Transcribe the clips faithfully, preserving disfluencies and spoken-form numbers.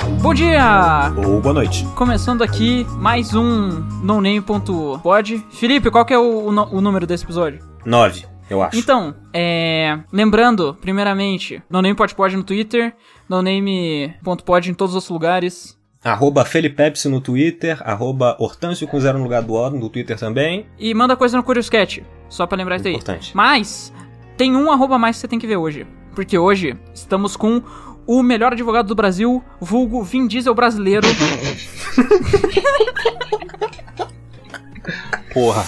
Bom dia! Ou boa noite. Começando aqui mais um noname.pod. Felipe, qual que é o, o, o número desse episódio? Nove, eu acho. Então, é... lembrando, primeiramente, noname.pod no Twitter, noname.pod em todos os lugares. Arroba Felipepsi no Twitter, arroba Hortâncio com zero no lugar do O no Twitter também. E manda coisa no Curioscat, só pra lembrar isso aí. Importante. Mas, tem um arroba a mais que você tem que ver hoje. Porque hoje estamos com o melhor advogado do Brasil, vulgo Vin Diesel brasileiro. Porra.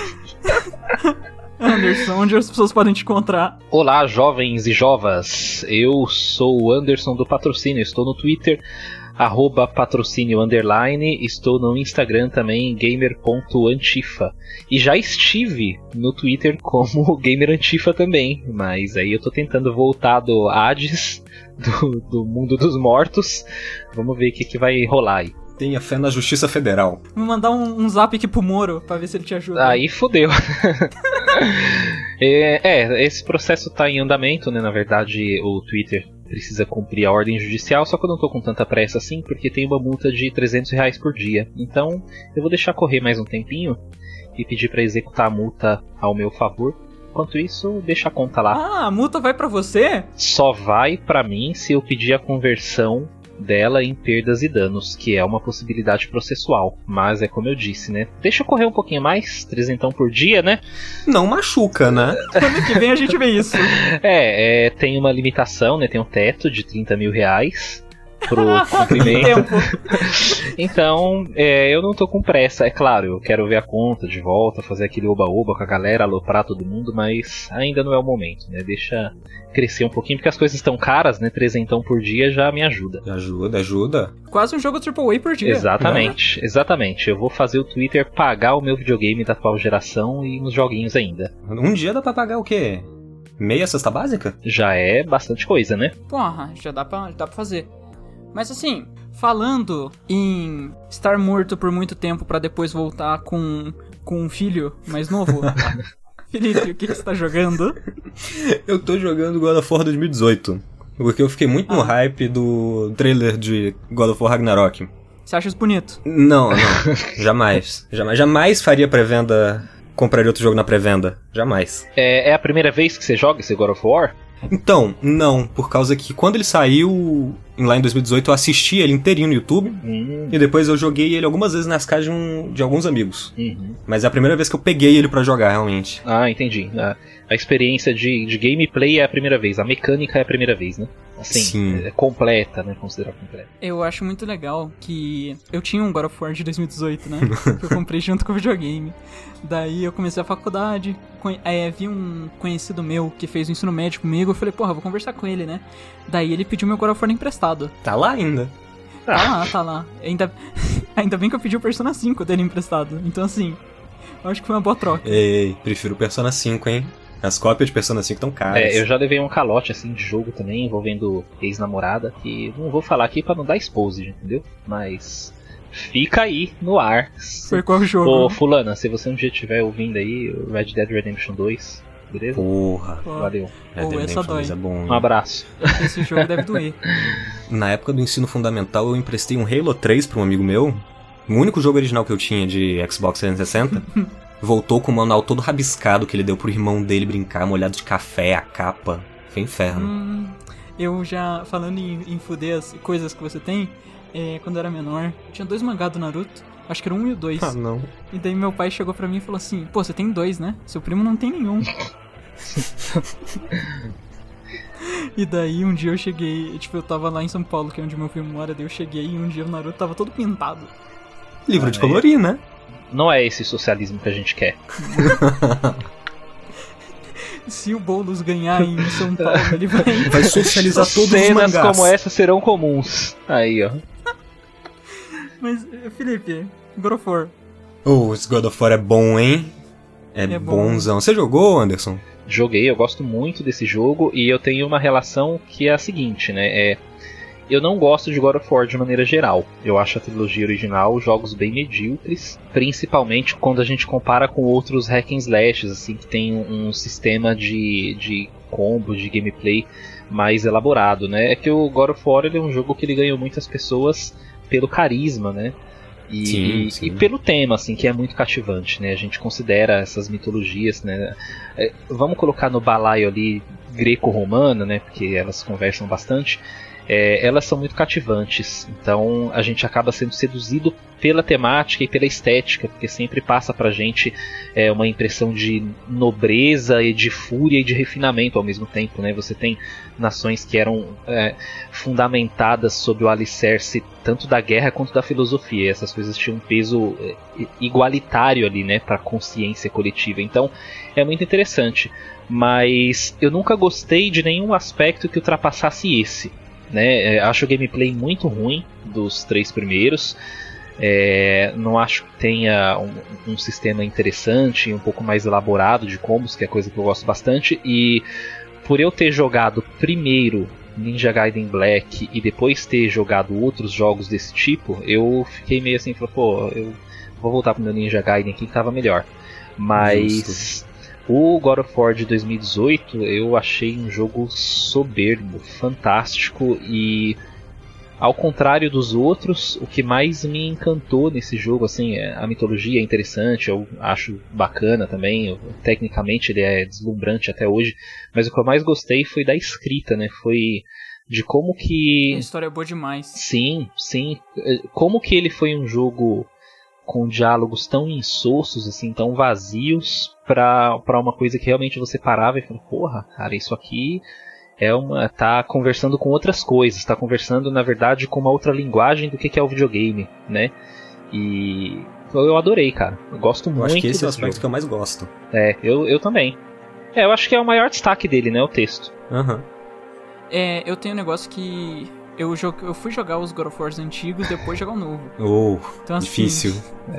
Anderson, onde as pessoas podem te encontrar? Olá, jovens e jovas. Eu sou o Anderson do Patrocínio. Estou no Twitter, arroba patrocínio underline. Estou no Instagram também, gamer.antifa. E já estive no Twitter como Gamer Antifa também. Mas aí eu tô tentando voltar do Hades, do, do mundo dos mortos. Vamos ver o que, que vai rolar aí. Tenha fé na Justiça Federal. Vou mandar um, um zap aqui pro Moro pra ver se ele te ajuda. Aí fodeu. é, é, esse processo tá em andamento, né? Na verdade, o Twitter precisa cumprir a ordem judicial, só que eu não tô com tanta pressa assim, porque tem uma multa de trezentos reais por dia. Então, eu vou deixar correr mais um tempinho e pedir pra executar a multa ao meu favor. Enquanto isso, deixa a conta lá. Ah, a multa vai pra você? Só vai pra mim se eu pedir a conversão dela em perdas e danos, que é uma possibilidade processual. Mas é como eu disse, né? Deixa eu correr um pouquinho mais, trezentão por dia, né? Não machuca, né? Ano que vem a gente vê isso. É, é, tem uma limitação, né? Tem um teto de trinta mil reais pro cumprimento. Então, é, eu não tô com pressa. É claro, eu quero ver a conta de volta, fazer aquele oba-oba com a galera, aloprar todo mundo, mas ainda não é o momento, né? Deixa crescer um pouquinho, porque as coisas estão caras, né? Trezentão por dia já me ajuda. Ajuda, ajuda. Quase um jogo triplo A por dia. Exatamente, né? Exatamente. Eu vou fazer o Twitter pagar o meu videogame da atual geração e uns joguinhos ainda. Um dia dá pra pagar o quê? Meia cesta básica? Já é bastante coisa, né? Porra, já dá pra, dá pra fazer. Mas assim, falando em estar morto por muito tempo pra depois voltar com, com um filho mais novo... Felipe, o que, que você tá jogando? Eu tô jogando God of War dois mil e dezoito. Porque eu fiquei muito ah. no hype do trailer de God of War Ragnarok. Você acha isso bonito? Não, não. Jamais. Jamais. Jamais faria pré-venda... Compraria outro jogo na pré-venda. Jamais. É, é a primeira vez que você joga esse God of War? Então, não. Por causa que quando ele saiu... Lá em dois mil e dezoito eu assisti ele inteirinho no YouTube. Hum. E depois eu joguei ele algumas vezes nas casas de, um, de alguns amigos. Uhum. Mas é a primeira vez que eu peguei ele pra jogar, realmente. Ah, entendi. A, a experiência de, de gameplay é a primeira vez. A mecânica é a primeira vez, né? Assim, Sim. É completa, né? Considerar completa. Eu acho muito legal que eu tinha um God of War de dois mil e dezoito, né? Que eu comprei junto com o videogame. Daí eu comecei a faculdade, conhe- é, vi um conhecido meu que fez o ensino médio comigo. Eu falei, porra, vou conversar com ele, né? Daí ele pediu meu God of War emprestado. Tá lá ainda. Tá lá, tá lá. Ainda, ainda bem que eu pedi o Persona cinco dele emprestado. Então assim, eu acho que foi uma boa troca. Ei, prefiro o Persona cinco, hein? As cópias de Persona cinco estão caras. É, eu já levei um calote assim de jogo também, envolvendo ex-namorada, que não vou falar aqui pra não dar exposed, entendeu? Mas fica aí no ar. Foi qual jogo? Ô, fulana, se você um dia estiver ouvindo aí, o Red Dead Redemption dois, beleza? Porra. Valeu. Red Dead essa Redemption dói. é bom, hein? Um abraço. Esse jogo deve doer. Na época do ensino fundamental, eu emprestei um Halo três pra um amigo meu. O único jogo original que eu tinha de Xbox trezentos e sessenta. Voltou com o manual todo rabiscado que ele deu pro irmão dele brincar, molhado de café, a capa. Foi inferno. Hum, eu já, falando em, em fuder as coisas que você tem, é, quando eu era menor, tinha dois mangá do Naruto. Acho que era um e o dois. Ah, não. E daí meu pai chegou pra mim e falou assim, pô, você tem dois, né? Seu primo não tem nenhum. E daí um dia eu cheguei, tipo, eu tava lá em São Paulo, que é onde meu primo mora, daí eu cheguei e um dia o Naruto tava todo pintado. Livro Ah, de colorir, né? Não é esse socialismo que a gente quer. Se o Boulos ganhar em São Paulo, ele vai... Vai socializar todos os Cenas mangás. como essa serão comuns. Aí, ó. Mas, Felipe, God of War. Oh, esse God of War é bom, hein? É, É bom. bonzão. Você jogou, Anderson? Joguei, eu gosto muito desse jogo e eu tenho uma relação que é a seguinte, né? É, eu não gosto de God of War de maneira geral. Eu acho a trilogia original jogos bem medíocres, principalmente quando a gente compara com outros hack and slashes, assim, que tem um sistema de, de combo, de gameplay mais elaborado, né? É que o God of War ele é um jogo que ele ganhou muitas pessoas pelo carisma, né? E, sim, e, sim. e pelo tema, assim, que é muito cativante, né? A gente considera essas mitologias, né? É, vamos colocar no balaio ali greco-romana, né? Porque elas conversam bastante. É, elas são muito cativantes, então a gente acaba sendo seduzido pela temática e pela estética, porque sempre passa pra gente é, uma impressão de nobreza e de fúria e de refinamento ao mesmo tempo, né? Você tem nações que eram é, fundamentadas sob o alicerce tanto da guerra quanto da filosofia, e essas coisas tinham um peso é, igualitário ali, né, pra consciência coletiva, então é muito interessante, mas eu nunca gostei de nenhum aspecto que ultrapassasse esse. Né? Acho o gameplay muito ruim dos três primeiros. É, não acho que tenha um, um sistema interessante e um pouco mais elaborado de combos, que é coisa que eu gosto bastante. E por eu ter jogado primeiro Ninja Gaiden Black e depois ter jogado outros jogos desse tipo, eu fiquei meio assim, falei, pô, eu vou voltar pro meu Ninja Gaiden aqui que tava melhor. Mas Justo. O God of War de dois mil e dezoito eu achei um jogo soberbo, fantástico, e ao contrário dos outros, o que mais me encantou nesse jogo, assim, a mitologia é interessante, eu acho bacana também, eu, tecnicamente ele é deslumbrante até hoje, mas o que eu mais gostei foi da escrita, né, foi de como que... A história é boa demais. Sim, sim, como que ele foi um jogo com diálogos tão insossos, assim, tão vazios, pra, pra uma coisa que realmente você parava e falava, porra, cara, isso aqui é uma, tá conversando com outras coisas, tá conversando, na verdade, com uma outra linguagem do que, que é o videogame, né? E eu adorei, cara. Eu gosto eu muito acho que esse é o desse aspecto jogo. que eu mais gosto. É, eu, eu também. É, eu acho que é o maior destaque dele, né, o texto. Aham. Uhum. É, eu tenho um negócio que... Eu, jogue, eu fui jogar os God of War antigos e depois jogar o novo. Oh, então, assim, difícil.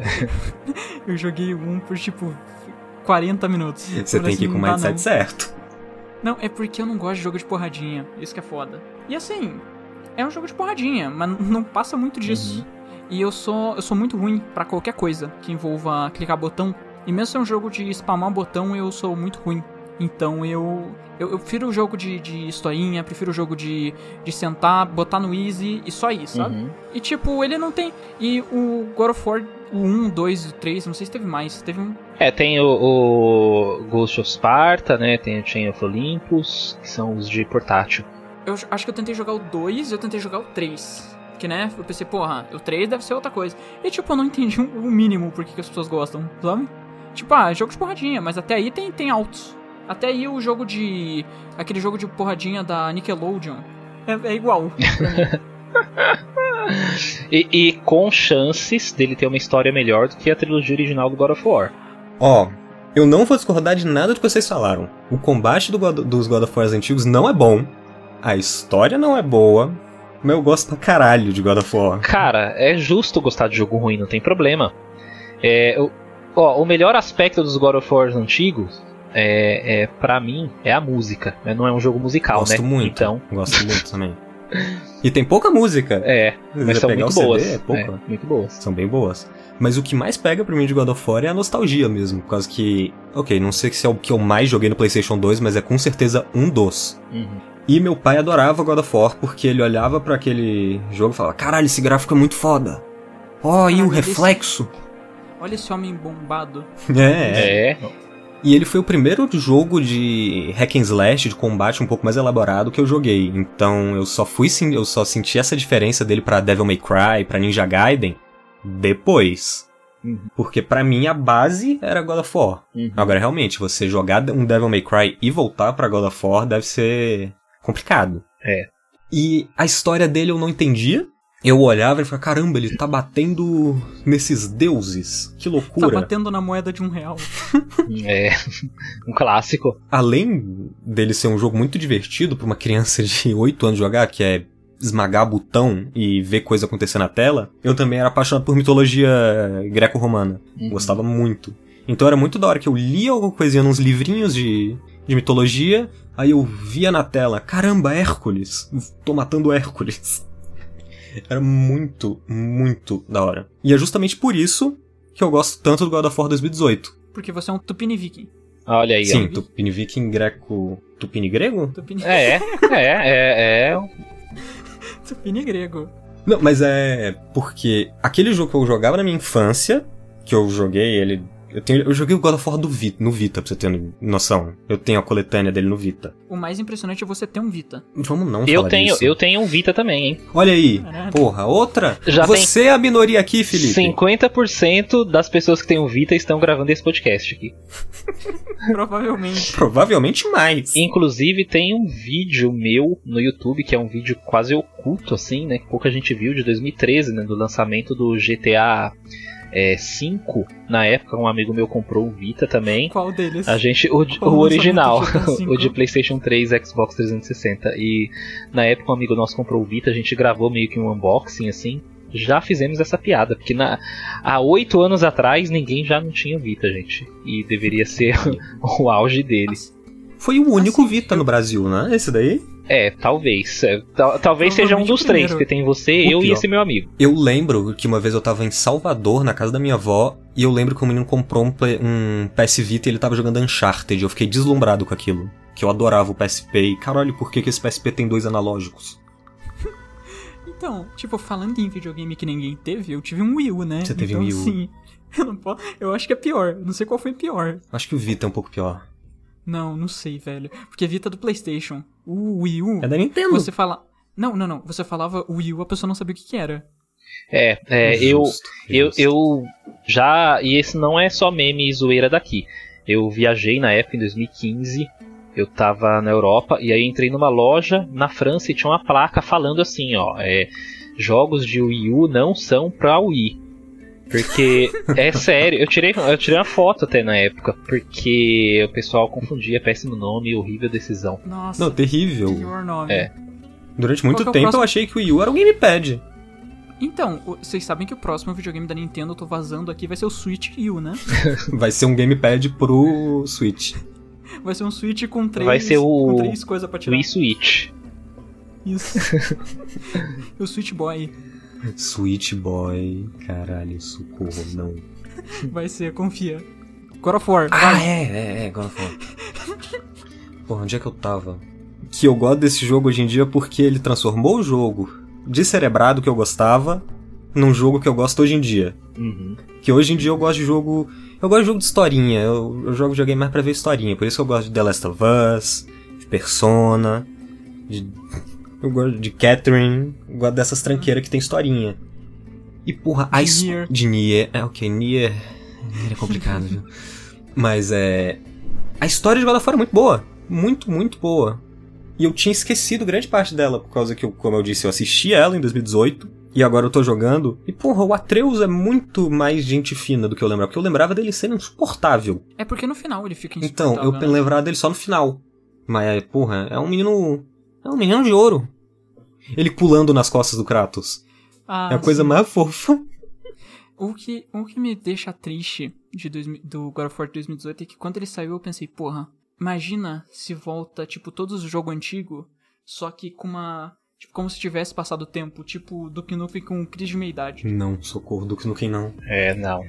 Eu joguei um por, tipo, quarenta minutos. Você tem assim, que ir com o mindset certo. Não, é porque eu não gosto de jogo de porradinha. Isso que é foda. E assim, é um jogo de porradinha, mas não passa muito disso. Uhum. E eu sou, eu sou muito ruim pra qualquer coisa que envolva clicar botão. E mesmo se é um jogo de spamar botão, eu sou muito ruim. Então eu, eu, eu prefiro o jogo de, de historinha, prefiro o jogo de, de sentar, botar no easy e só isso, sabe? Uhum. E tipo, ele não tem... E o God of War, o um, dois, o três, não sei se teve mais, teve um... É, tem o, o Ghost of Sparta, né, tem o Chain of Olympus, que são os de portátil. Eu acho que eu tentei jogar o dois e eu tentei jogar o três. Que, né, eu pensei, porra, o três deve ser outra coisa. E tipo, eu não entendi o mínimo por que, que as pessoas gostam, sabe? Tipo, ah, é jogo de porradinha, mas até aí tem, tem altos. Até aí o jogo de... Aquele jogo de porradinha da Nickelodeon é, é igual pra mim. e, e com chances dele ter uma história melhor do que a trilogia original do God of War. Ó, oh, eu não vou discordar de nada do que vocês falaram. O combate do God, dos God of War antigos não é bom. A história não é boa. Mas eu gosto pra caralho de God of War. Cara, é justo gostar de jogo ruim, não tem problema. É, o, ó, o melhor aspecto dos God of War antigos... É, é, pra mim, é a música, né? Não é um jogo musical, gosto né? Gosto muito, então... gosto muito também. E tem pouca música. É, mas são muito boas. C D, é pouca. É, muito boas. São bem boas. Mas o que mais pega pra mim de God of War é a nostalgia mesmo, por causa que... Ok, não sei se é o que eu mais joguei no PlayStation dois, mas é com certeza um dos. Uhum. E meu pai adorava God of War, porque ele olhava pra aquele jogo e falava, caralho, esse gráfico é muito foda. Ó, oh, e o reflexo. Esse... Olha esse homem bombado. É, é. E ele foi o primeiro jogo de hack and slash, de combate um pouco mais elaborado que eu joguei. Então eu só fui eu só senti essa diferença dele pra Devil May Cry, pra Ninja Gaiden, depois. Uhum. Porque pra mim a base era God of War. Uhum. Agora realmente, você jogar um Devil May Cry e voltar pra God of War deve ser complicado. É. E a história dele eu não entendia. Eu olhava e falava, caramba, ele tá batendo nesses deuses. Que loucura. Tá batendo na moeda de um real. É, um clássico. Além dele ser um jogo muito divertido pra uma criança de oito anos jogar, que é esmagar botão e ver coisa acontecer na tela, eu também era apaixonado por mitologia greco-romana. Uhum. Gostava muito. Então era muito da hora que eu lia alguma coisinha nos livrinhos de, de mitologia, aí eu via na tela, caramba, Hércules. Tô matando Hércules. Era muito, muito da hora. E é justamente por isso que eu gosto tanto do God of War dois mil e dezoito. Porque você é um Tupiniviking. Olha aí, Sim, ó. Tupini Viking, greco... Tupini grego? Tupini... É, é, é, é. Tupini grego. Não, mas é porque aquele jogo que eu jogava na minha infância, que eu joguei ele... Eu, tenho, eu joguei o God of War do Vita, no Vita, pra você ter noção. Eu tenho a coletânea dele no Vita. O mais impressionante é você ter um Vita. Vamos não Eu falar tenho, disso. eu tenho um Vita também, hein? Olha aí, Caraca. porra, outra? Já você tem é a minoria aqui, Felipe. cinquenta por cento das pessoas que têm um Vita estão gravando esse podcast aqui. Provavelmente. Provavelmente mais. Inclusive tem um vídeo meu no YouTube, que é um vídeo quase oculto, assim, né? Que pouca gente viu, de dois mil e treze, né? Do lançamento do G T A é, cinco. Na época, um amigo meu comprou o Vita também. Qual deles? A gente, o, Qual o o original, lançamento do G T A cinco? o de PlayStation três e Xbox trezentos e sessenta. E na época um amigo nosso comprou o Vita, a gente gravou meio que um unboxing, assim. Já fizemos essa piada, porque na, há oito anos atrás ninguém já não tinha Vita, gente. E deveria ser o auge dele. Foi o único Assim, Vita eu- no Brasil, né? Esse daí? É, talvez. É, tal- talvez seja um Provavelmente dos o três, primeiro. porque tem você, O eu e pior. esse meu amigo. Eu lembro que uma vez eu tava em Salvador, na casa da minha avó, e eu lembro que o menino comprou um, play- um P S Vita e ele tava jogando Uncharted. Eu fiquei deslumbrado com aquilo. Que eu adorava o P S P. E caralho, por que, que esse P S P tem dois analógicos? Então, tipo, falando em videogame que ninguém teve, eu tive um Wii U, né? Você teve então, um Wii U. Sim. Eu, não posso... eu acho que é pior. Eu não sei qual foi pior. Acho que o Vita é um pouco pior. Não, não sei, velho. Porque Vita é do PlayStation. O Wii U. É da Nintendo. Você fala. Não, não, não. Você falava Wii U, a pessoa não sabia o que, que era. É, é eu, Justo, eu, justo. eu já. E esse não é só meme e zoeira daqui. Eu viajei na época, em dois mil e quinze. Eu tava na Europa e aí entrei numa loja na França e tinha uma placa falando assim, ó. É, jogos de Wii U não são pra Wii. Porque, é sério, eu tirei, eu tirei uma foto até na época, porque o pessoal confundia péssimo nome e horrível decisão. Nossa. Não, terrível. Pior nome. É. Durante muito Qual que é o tempo próximo? eu achei que o Wii U era um gamepad. Então, o- vocês sabem que o próximo videogame da Nintendo, eu tô vazando aqui, vai ser o Switch U, né? Vai ser um gamepad pro Switch. Vai ser um Switch com três, Vai ser o- com três coisas pra tirar. Wii Switch. Isso. o Switch Boy. Switch Boy. Caralho, socorro, não. Vai ser, confia. God of War, Ah, vai. é, é, é, God of War. Porra, onde é que eu tava? Que eu gosto desse jogo hoje em dia porque ele transformou o jogo descerebrado que eu gostava num jogo que eu gosto hoje em dia. Uhum. Que hoje em dia eu gosto de jogo... Eu gosto de jogo de historinha, eu, eu jogo videogame mais pra ver historinha. Por isso que eu gosto de The Last of Us, de Persona, de... Eu gosto de Catherine, eu gosto dessas tranqueiras que tem historinha. E porra, a De his- Nier. De Nier. É, ok, Nier... Nier é complicado, viu? Mas é... A história de God of War é muito boa. Muito, muito boa. E eu tinha esquecido grande parte dela, por causa que, eu, como eu disse, eu assisti ela em dois mil e dezoito, e agora eu tô jogando. E porra, o Atreus é muito mais gente fina do que eu lembrava, porque eu lembrava dele ser insuportável. É porque no final ele fica Então, eu insuportável, né? lembrava dele só no final. Mas, porra, é um menino... É um menino de ouro. Ele pulando nas costas do Kratos. Ah, é a coisa sim. mais fofa. O que, o que me deixa triste de dois mil do God of War dois mil e dezoito é que quando ele saiu eu pensei, porra, imagina se volta, tipo, todos os jogos antigos, só que com uma... Tipo, como se tivesse passado o tempo, tipo, Duke Nukem com crise de meia-idade. Não, socorro, Duke Nukem não. É, não.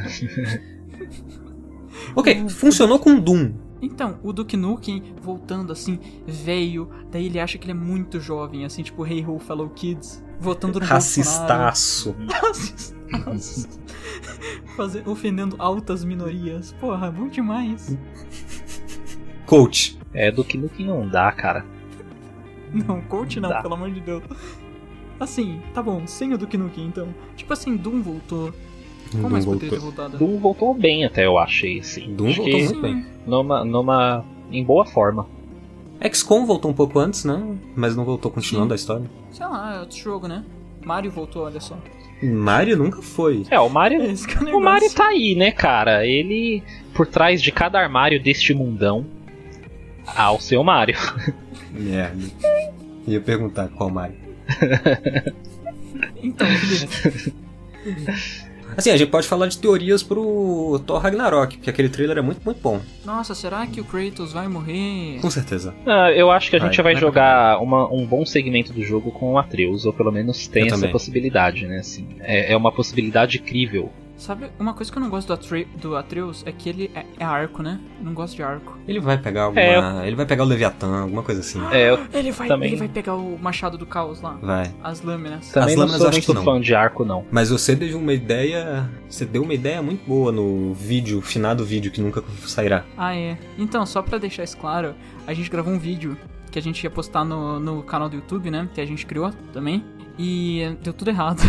Ok, funcionou com Doom. Então, o Duke Nukem voltando assim, velho, daí ele acha que ele é muito jovem, assim, tipo, Hey Ho, Fellow Kids, votando no Racistaço. Bolsonaro. Racistaço. Fazer, ofendendo altas minorias. Porra, bom demais. Coach. É, do que Nukem não dá, cara. Não, coach não, Tá. pelo amor de Deus. Assim, tá bom, sem o Duke Nukem, então. Tipo assim, Doom voltou. Qual Doom mais voltou. poderia ter voltado? Doom voltou bem até, eu achei, assim. Doom Acho voltou que muito bem. Numa, numa... em boa forma. X COM voltou um pouco antes, né? Mas não voltou continuando Sim. a história. Sei lá, é outro jogo, né? Mario voltou, olha só. Mario nunca foi. É, o Mario... Esse que é o O negócio. Mario tá aí, né, cara? Ele, por trás de cada armário deste mundão, há o seu Mario. Merda. Ia perguntar qual Mario. Então, Felipe, Assim, a gente pode falar de teorias pro Thor Ragnarok, porque aquele trailer é muito, muito bom. nossa, será que o Kratos vai morrer? Com certeza. Ah, eu acho que a gente Vai, vai, vai jogar uma- um bom segmento do jogo com o Atreus, ou pelo menos tem Eu essa também. possibilidade, né? Assim, é, é uma possibilidade crível. Sabe, uma coisa que eu não gosto do, Atre- do Atreus é que ele é, é arco, né? Eu não gosto de arco. Ele vai pegar alguma... É. Ele vai pegar o Leviatã, alguma coisa assim. É, eu Ele vai, também, ele vai pegar o Machado do Caos lá. Vai. As lâminas. também As não lâminas sou acho muito que não. fã de arco, não. Mas você deu uma ideia... Você deu uma ideia muito boa no vídeo, finado vídeo, que nunca sairá. Ah, é. Então, só pra deixar isso claro, a gente gravou um vídeo que a gente ia postar no, no canal do YouTube, né? Que a gente criou também. E deu tudo errado.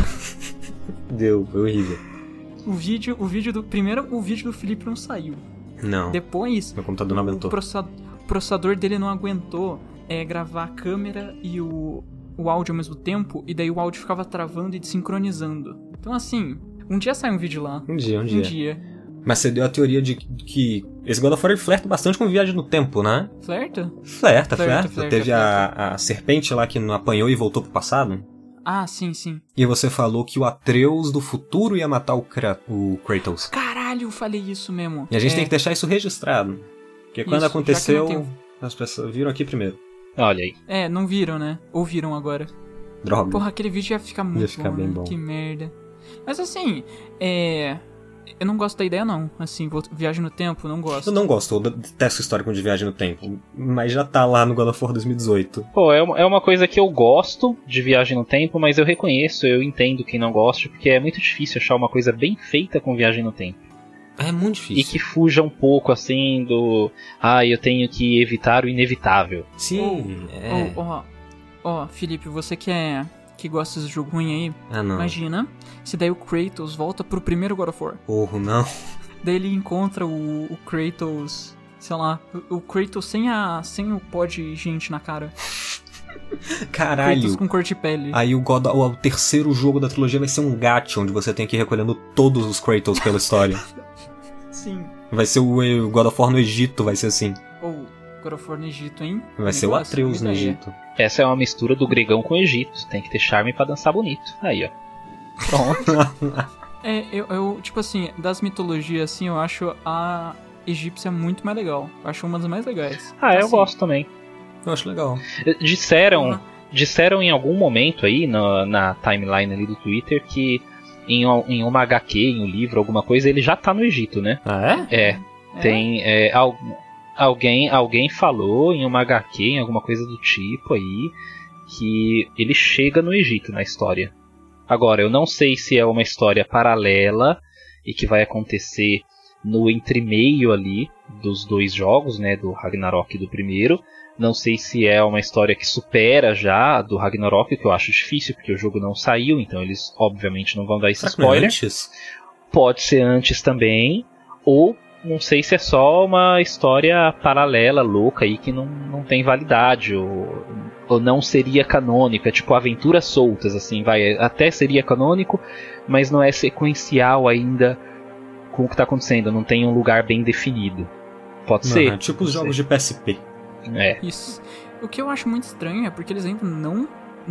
Deu, foi horrível. O vídeo, o vídeo do... Primeiro, o vídeo do Felipe não saiu. Não, Depois, meu computador não o, aguentou. processa- o processador dele não aguentou é, gravar a câmera e o, o áudio ao mesmo tempo. E daí o áudio ficava travando e desincronizando. Então, assim, um dia sai um vídeo lá. Um dia, um Um dia. dia. Mas você deu a teoria de que esse God of War ele flerta bastante com Viagem no Tempo, né? Flerta? Flerta, Flerta, flerta. flerta, Teve flerta. A, a serpente lá que não apanhou e voltou pro passado. Ah, sim, sim. E você falou que o Atreus do futuro ia matar o, Kra- o Kratos. Caralho, eu falei isso mesmo. E a gente É, tem que deixar isso registrado. Porque quando Isso, já que aconteceu, não tem- as pessoas viram aqui primeiro. Olha aí. É, não viram, né? Ou viram agora. Droga. Porra, aquele vídeo ia ficar muito ficar bom, bem né? bom. Que merda. Mas assim, é... Eu não gosto da ideia, não. Assim, vou- viagem no tempo, não gosto. Eu não gosto, eu detesto histórico de Viagem no Tempo. Mas já tá lá no God of War dois mil e dezoito. Pô, é uma, é uma coisa que eu gosto de Viagem no Tempo, mas eu reconheço, eu entendo quem não gosta, porque é muito difícil achar uma coisa bem feita com Viagem no Tempo. É muito E difícil. que fuja um pouco, assim, do... Ah, eu tenho que evitar o inevitável. Sim, é. Ó, ó, ó, Felipe, você que é... que gosta desse jogo ruim aí, Ah, não. imagina se daí o Kratos volta pro primeiro God of War. Porra, não. Daí ele encontra o, o Kratos, sei lá, o, o Kratos sem, a, sem o pó de gente na cara. Caralho. Kratos com cor de pele. Aí o, God, o, o terceiro jogo da trilogia vai ser um gacha, onde você tem que ir recolhendo todos os Kratos pela história. Sim. Vai ser o, o God of War no Egito, vai ser assim. Ou God of War no Egito, hein? Vai ser o Negócio, Atreus no ideia. Egito. Essa é uma mistura do gregão com o Egito. Tem que ter charme pra dançar bonito. Aí, ó. Pronto. É, eu, eu, tipo assim, das mitologias, assim, eu acho a egípcia muito mais legal. Eu acho uma das mais legais. Ah, eu Assim, gosto também. Eu acho legal. Disseram, Uhum. disseram em algum momento aí na, na timeline ali do Twitter que em, em uma agá quê, em um livro, alguma coisa, ele já tá no Egito, né? Ah, é? É. É? Tem. É, al- alguém, alguém falou em uma agá quê, em alguma coisa do tipo aí, que ele chega no Egito na história. Agora, eu não sei se é uma história paralela e que vai acontecer no entremeio ali dos dois jogos, né? Do Ragnarok e do primeiro. Não sei se é uma história que supera já a do Ragnarok, que eu acho difícil, porque o jogo não saiu, então eles obviamente não vão dar esse Será que não é spoiler. antes? Pode ser antes também, ou não sei se é só uma história paralela, louca aí, que não, não tem validade, ou, ou não seria canônico, é tipo aventuras soltas, assim, vai, até seria canônico, mas não é sequencial ainda com o que está acontecendo, não tem um lugar bem definido. Pode Não, ser. é tipo os não jogos de P S P. sei. É. Isso. O que eu acho muito estranho é porque eles ainda não,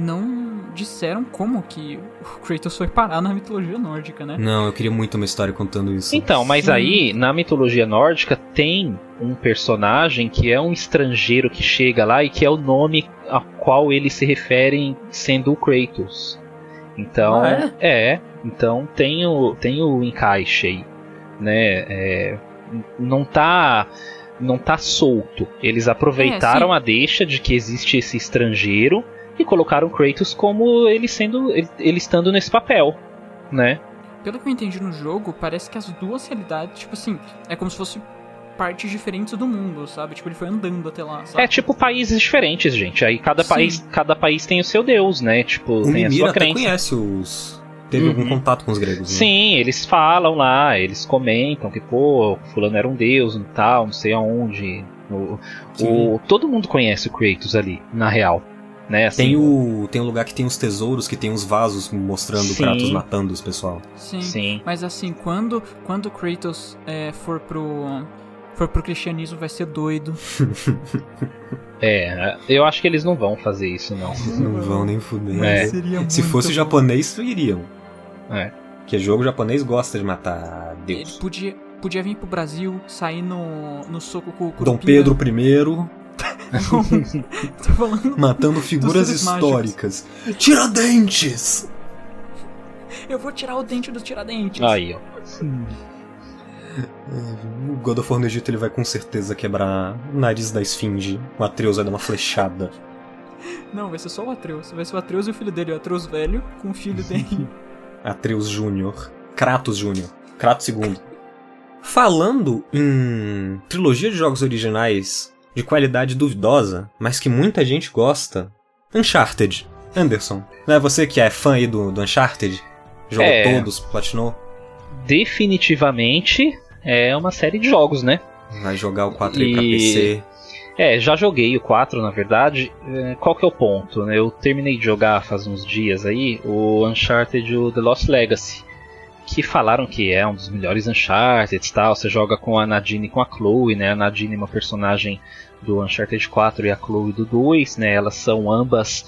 não disseram como que o Kratos foi parar na mitologia nórdica, né? Não, eu queria muito uma história contando isso. Então, mas Sim. aí, na mitologia nórdica, tem um personagem que é um estrangeiro que chega lá e que é o nome a qual eles se referem sendo o Kratos. Então, Ah, é? então tem o, tem o encaixe aí, né? É, não tá não tá solto. Eles aproveitaram É, sim. a deixa de que existe esse estrangeiro e colocaram o Kratos como ele sendo ele, ele estando nesse papel, né? Pelo que eu entendi no jogo, parece que as duas realidades, tipo assim, é como se fosse partes diferentes do mundo, sabe? Tipo, ele foi andando até lá, sabe? É tipo países diferentes, gente. Aí cada Sim. país, cada país tem o seu deus, né? Tipo, O tem a Mimir sua até crença. conhece os... Teve Uhum. algum contato com os gregos, né? Sim, eles falam lá, eles comentam que, pô, fulano era um deus e tal, não sei aonde. O, o, todo mundo conhece o Kratos ali, na real. Né? Assim, Tem o tem um lugar que tem os tesouros, que tem os vasos mostrando Sim. o Kratos matando os pessoal. Sim. Sim. Mas assim, quando, quando o Kratos é, for pro. For pro cristianismo, vai ser doido. É, eu acho que eles não vão fazer isso, não. Não vão nem fuder. É. Seria Se muito fosse bom. japonês, iriam. É. Porque jogo japonês gosta de matar Ele Deus. podia, podia vir pro Brasil, sair no, no soco com o Dom Curupira. Pedro I, Tô falando. matando figuras seres históricas. Tiradentes! Eu vou tirar o dente dos tiradentes. Aí, ó. O God of War no Egito ele vai com certeza quebrar o nariz da esfinge. O Atreus vai dar uma flechada. Não, vai ser só o Atreus. Vai ser o Atreus e o filho dele. O Atreus velho com o filho dele. Atreus Júnior. Kratos Júnior. Kratos segundo. Falando em trilogia de jogos originais de qualidade duvidosa, mas que muita gente gosta, Uncharted. Anderson, não é você que é fã aí do, do Uncharted? Jogou É. todos, platinou? Definitivamente é uma série de jogos, né? Vai jogar o quatro aí pra E- P C. É, já joguei o quatro, na verdade. É, qual que é o ponto, né? Eu terminei de jogar faz uns dias aí o Uncharted o The Lost Legacy, que falaram que é um dos melhores Uncharted e tal. Você joga com a Nadine e com a Chloe, né? A Nadine é uma personagem do Uncharted quatro e a Chloe do dois, né? Elas são ambas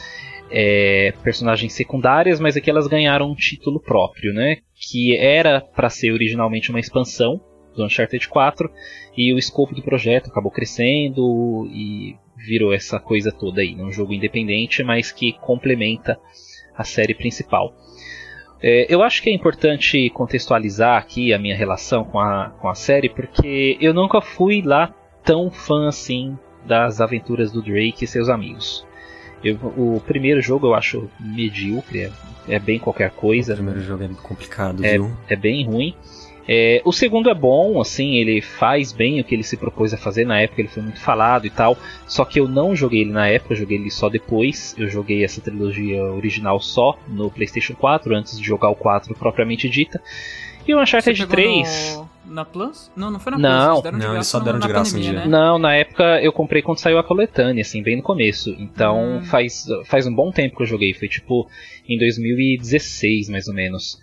é, personagens secundárias, mas aqui elas ganharam um título próprio, né? Que era para ser originalmente uma expansão do Uncharted quatro, e o escopo do projeto acabou crescendo e virou essa coisa toda aí, um jogo independente, mas que complementa a série principal. É, eu acho que é importante contextualizar aqui a minha relação com a, com a série, porque eu nunca fui lá tão fã assim das aventuras do Drake e seus amigos. Eu, o primeiro jogo eu acho medíocre, é, é bem qualquer coisa. O primeiro jogo é complicado, É, viu? é bem ruim. É, o segundo é bom, assim, ele faz bem o que ele se propôs a fazer. Na época ele foi muito falado e tal. Só que eu não joguei ele na época, eu joguei ele só depois. Eu joguei essa trilogia original só no PlayStation quatro, antes de jogar o quatro propriamente dita. E o Uncharted Você pegou três... No... Na Plus? Não, não foi na Não. Plus. Eles deram de Não, eles graça só deram no, de na graça um pandemia, dia. né? Não, na época eu comprei quando saiu a coletânea, assim, bem no começo. Então Hum. faz, faz um bom tempo que eu joguei. Foi tipo em dois mil e dezesseis, mais ou menos.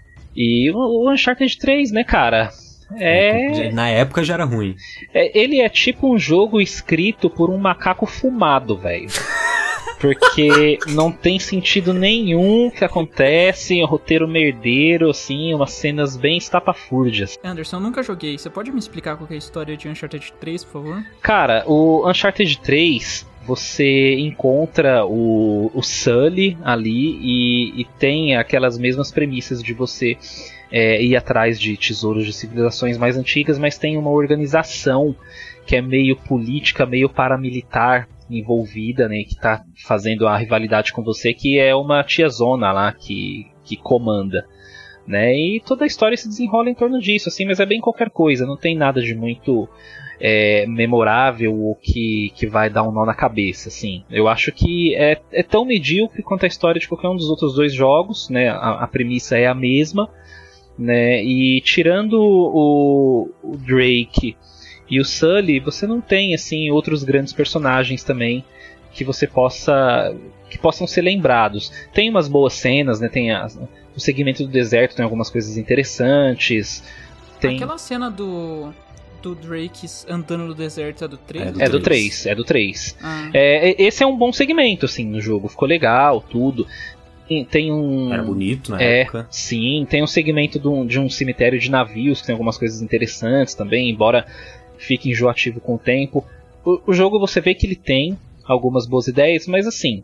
E o, o Uncharted três, né, cara? É... Na época já era ruim. É, ele é tipo um jogo escrito por um macaco fumado, velho. Porque não tem sentido nenhum que acontece, um roteiro merdeiro, assim, umas cenas bem estapafúrdias. Anderson, eu nunca joguei. Você pode me explicar qual que é a história de Uncharted três, por favor? Cara, o Uncharted três, você encontra o, o Sully ali e, e tem aquelas mesmas premissas de você é, ir atrás de tesouros de civilizações mais antigas, mas tem uma organização que é meio política, meio paramilitar envolvida, né, que tá fazendo a rivalidade com você, que é uma tiazona lá que, que comanda, né, e toda a história se desenrola em torno disso, assim, mas é bem qualquer coisa, não tem nada de muito é, memorável ou que, que vai dar um nó na cabeça, assim. Eu acho que é, é tão medíocre quanto a história de qualquer um dos outros dois jogos, né, a, a premissa é a mesma, né, e tirando o, o Drake e o Sully, você não tem assim outros grandes personagens também que você possa que possam ser lembrados. Tem umas boas cenas, né? Tem a, o segmento do deserto, tem algumas coisas interessantes. Tem... Aquela cena do do Drake andando no deserto é do três? É do É do três, é do três. Ah. É, esse é um bom segmento assim no jogo, ficou legal, tudo. Tem, tem um Era bonito na É, época. sim, tem um segmento de um, de um cemitério de navios que tem algumas coisas interessantes também, embora fique enjoativo com o tempo. O, o jogo você vê que ele tem algumas boas ideias, mas assim,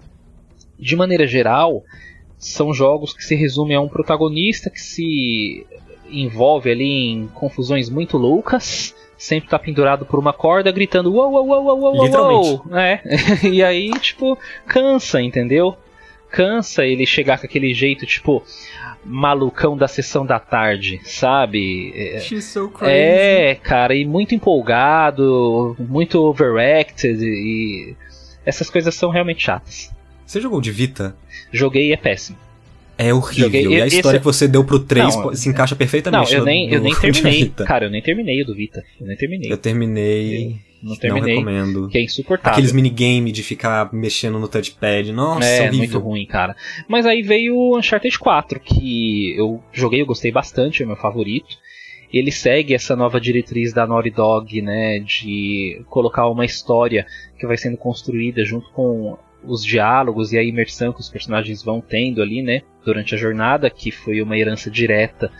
de maneira geral, são jogos que se resumem a um protagonista que se envolve ali em confusões muito loucas, sempre tá pendurado por uma corda gritando uou, uou, uou, uou, uou, Literalmente. uou. É. E aí, tipo, cansa, entendeu? Cansa ele chegar com aquele jeito, tipo, malucão da sessão da tarde, sabe? É, She's so crazy. é, cara, e muito empolgado, muito overacted, e essas coisas são realmente chatas. Você jogou de Vita? Joguei e é péssimo. É horrível. Joguei- E a esse- história que você deu pro três Não, po- se encaixa Não, perfeitamente eu no- nem, eu no- nem no terminei. Vita. Cara, eu nem terminei o do Vita. Eu nem terminei. Eu terminei. Não Não terminei. recomendo. Que é insuportável. Aqueles minigame de ficar mexendo no touchpad. Nossa, É, horrível. muito ruim, cara. Mas aí veio o Uncharted quatro, que eu joguei, eu gostei bastante, é o meu favorito. Ele segue essa nova diretriz da Naughty Dog, né, de colocar uma história que vai sendo construída junto com os diálogos e a imersão que os personagens vão tendo ali, né, durante a jornada, que foi uma herança direta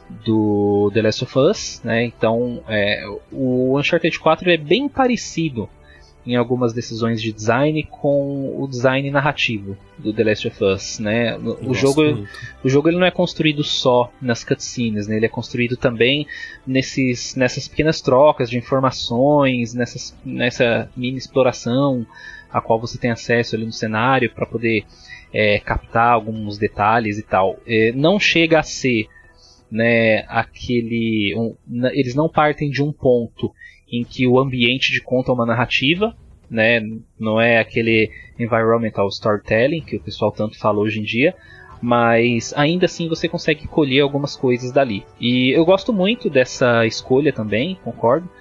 do The Last of Us, né? Então, é, o Uncharted quatro é bem parecido em algumas decisões de design com o design narrativo do The Last of Us, né? O jogo, o jogo ele não é construído só nas cutscenes, né? Ele é construído também nesses, nessas pequenas trocas de informações, nessas, nessa mini exploração a qual você tem acesso ali no cenário para poder é, captar alguns detalhes e tal. É, não chega a ser, né, aquele, um, eles não partem de um ponto em que o ambiente de conta uma narrativa, né? Não é aquele environmental storytelling que o pessoal tanto fala hoje em dia, mas ainda assim você consegue colher algumas coisas dali. E eu gosto muito dessa escolha também, concordo.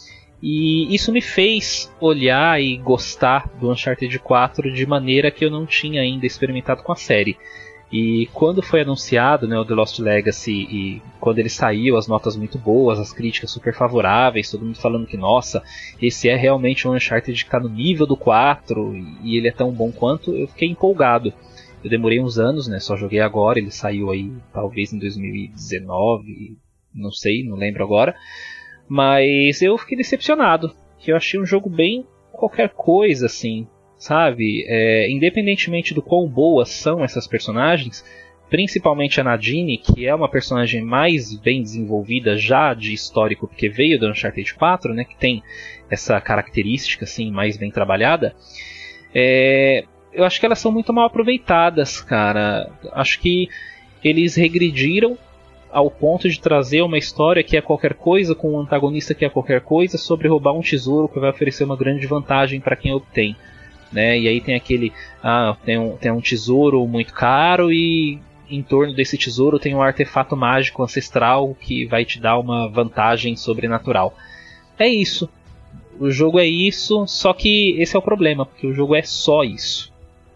E isso me fez olhar e gostar do Uncharted quatro de maneira que eu não tinha ainda experimentado com a série. E quando foi anunciado, né, o The Lost Legacy, e quando ele saiu, as notas muito boas, as críticas super favoráveis, todo mundo falando que, nossa, esse é realmente um Uncharted que está no nível do quatro, e ele é tão bom quanto, eu fiquei empolgado. Eu demorei uns anos, né, só joguei agora, ele saiu aí talvez em dois mil e dezenove, não sei, não lembro agora. Mas eu fiquei decepcionado, que eu achei um jogo bem qualquer coisa, assim. Sabe, é, independentemente do quão boas são essas personagens, principalmente a Nadine, que é uma personagem mais bem desenvolvida já de histórico, porque veio do Uncharted quatro, né, que tem essa característica assim, mais bem trabalhada, é, eu acho que elas são muito mal aproveitadas, cara. Acho que eles regrediram ao ponto de trazer uma história que é qualquer coisa, com um antagonista que é qualquer coisa, sobre roubar um tesouro que vai oferecer uma grande vantagem para quem obtém. Né? E aí tem aquele, ah, tem um, tem um tesouro muito caro e em torno desse tesouro tem um artefato mágico ancestral que vai te dar uma vantagem sobrenatural. É isso. O jogo é isso, só que esse é o problema, porque o jogo é só isso.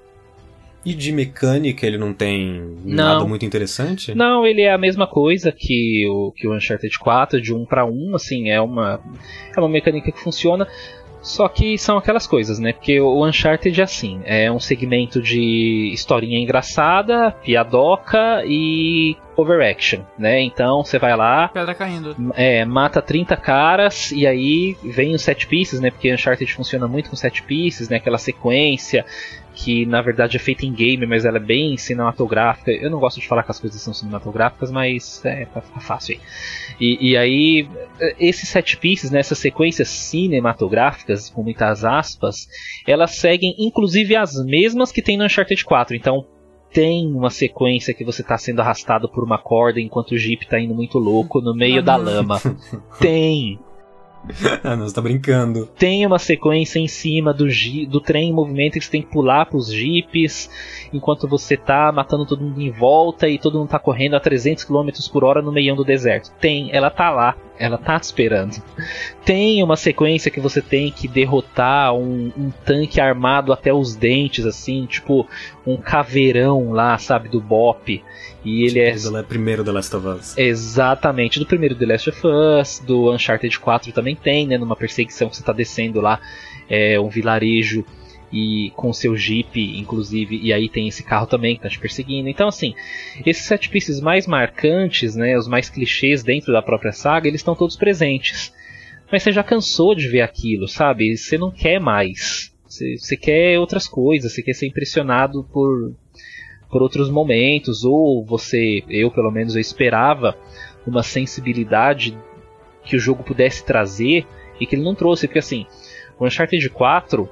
E de mecânica ele não tem não. nada muito interessante? Não, ele é a mesma coisa que o, que o Uncharted quatro, de um para um, assim, é uma, é uma mecânica que funciona. Só que são aquelas coisas, né? Porque o Uncharted é assim, é um segmento de historinha engraçada, piadoca e overaction, né? Então você vai lá, pedra caindo, é, mata trinta caras e aí vem os set pieces, né? Porque Uncharted funciona muito com set pieces, né? Aquela sequência que na verdade é feita em game, mas ela é bem cinematográfica. Eu não gosto de falar que as coisas são cinematográficas, mas é pra ficar fácil aí. E, e aí, esses set pieces, né, essas sequências cinematográficas, com muitas aspas, elas seguem inclusive as mesmas que tem no Uncharted quatro. Então tem uma sequência que você está sendo arrastado por uma corda enquanto o Jeep está indo muito louco no meio ah, da lama. Tem! Ah, não, você tá brincando. Tem uma sequência em cima do, do trem em movimento que você tem que pular pros jipes enquanto você tá matando todo mundo em volta e todo mundo tá correndo a trezentos quilômetros por hora no meião do deserto. Tem, ela tá lá, ela tá te esperando. Tem uma sequência que você tem que derrotar um, um tanque armado até os dentes, assim, tipo um caveirão lá, sabe, do Bop. E ele é do primeiro The Last of Us. Exatamente, do primeiro The Last of Us, do Uncharted quatro também tem, né, numa perseguição que você tá descendo lá é, um vilarejo e com o seu Jeep, inclusive, e aí tem esse carro também que tá te perseguindo. Então, assim, esses set pieces mais marcantes, né, os mais clichês dentro da própria saga, eles estão todos presentes. Mas você já cansou de ver aquilo, sabe? Você não quer mais. Você, você quer outras coisas, você quer ser impressionado por... por outros momentos, ou você, eu pelo menos, eu esperava uma sensibilidade que o jogo pudesse trazer e que ele não trouxe, porque assim, o Uncharted quatro,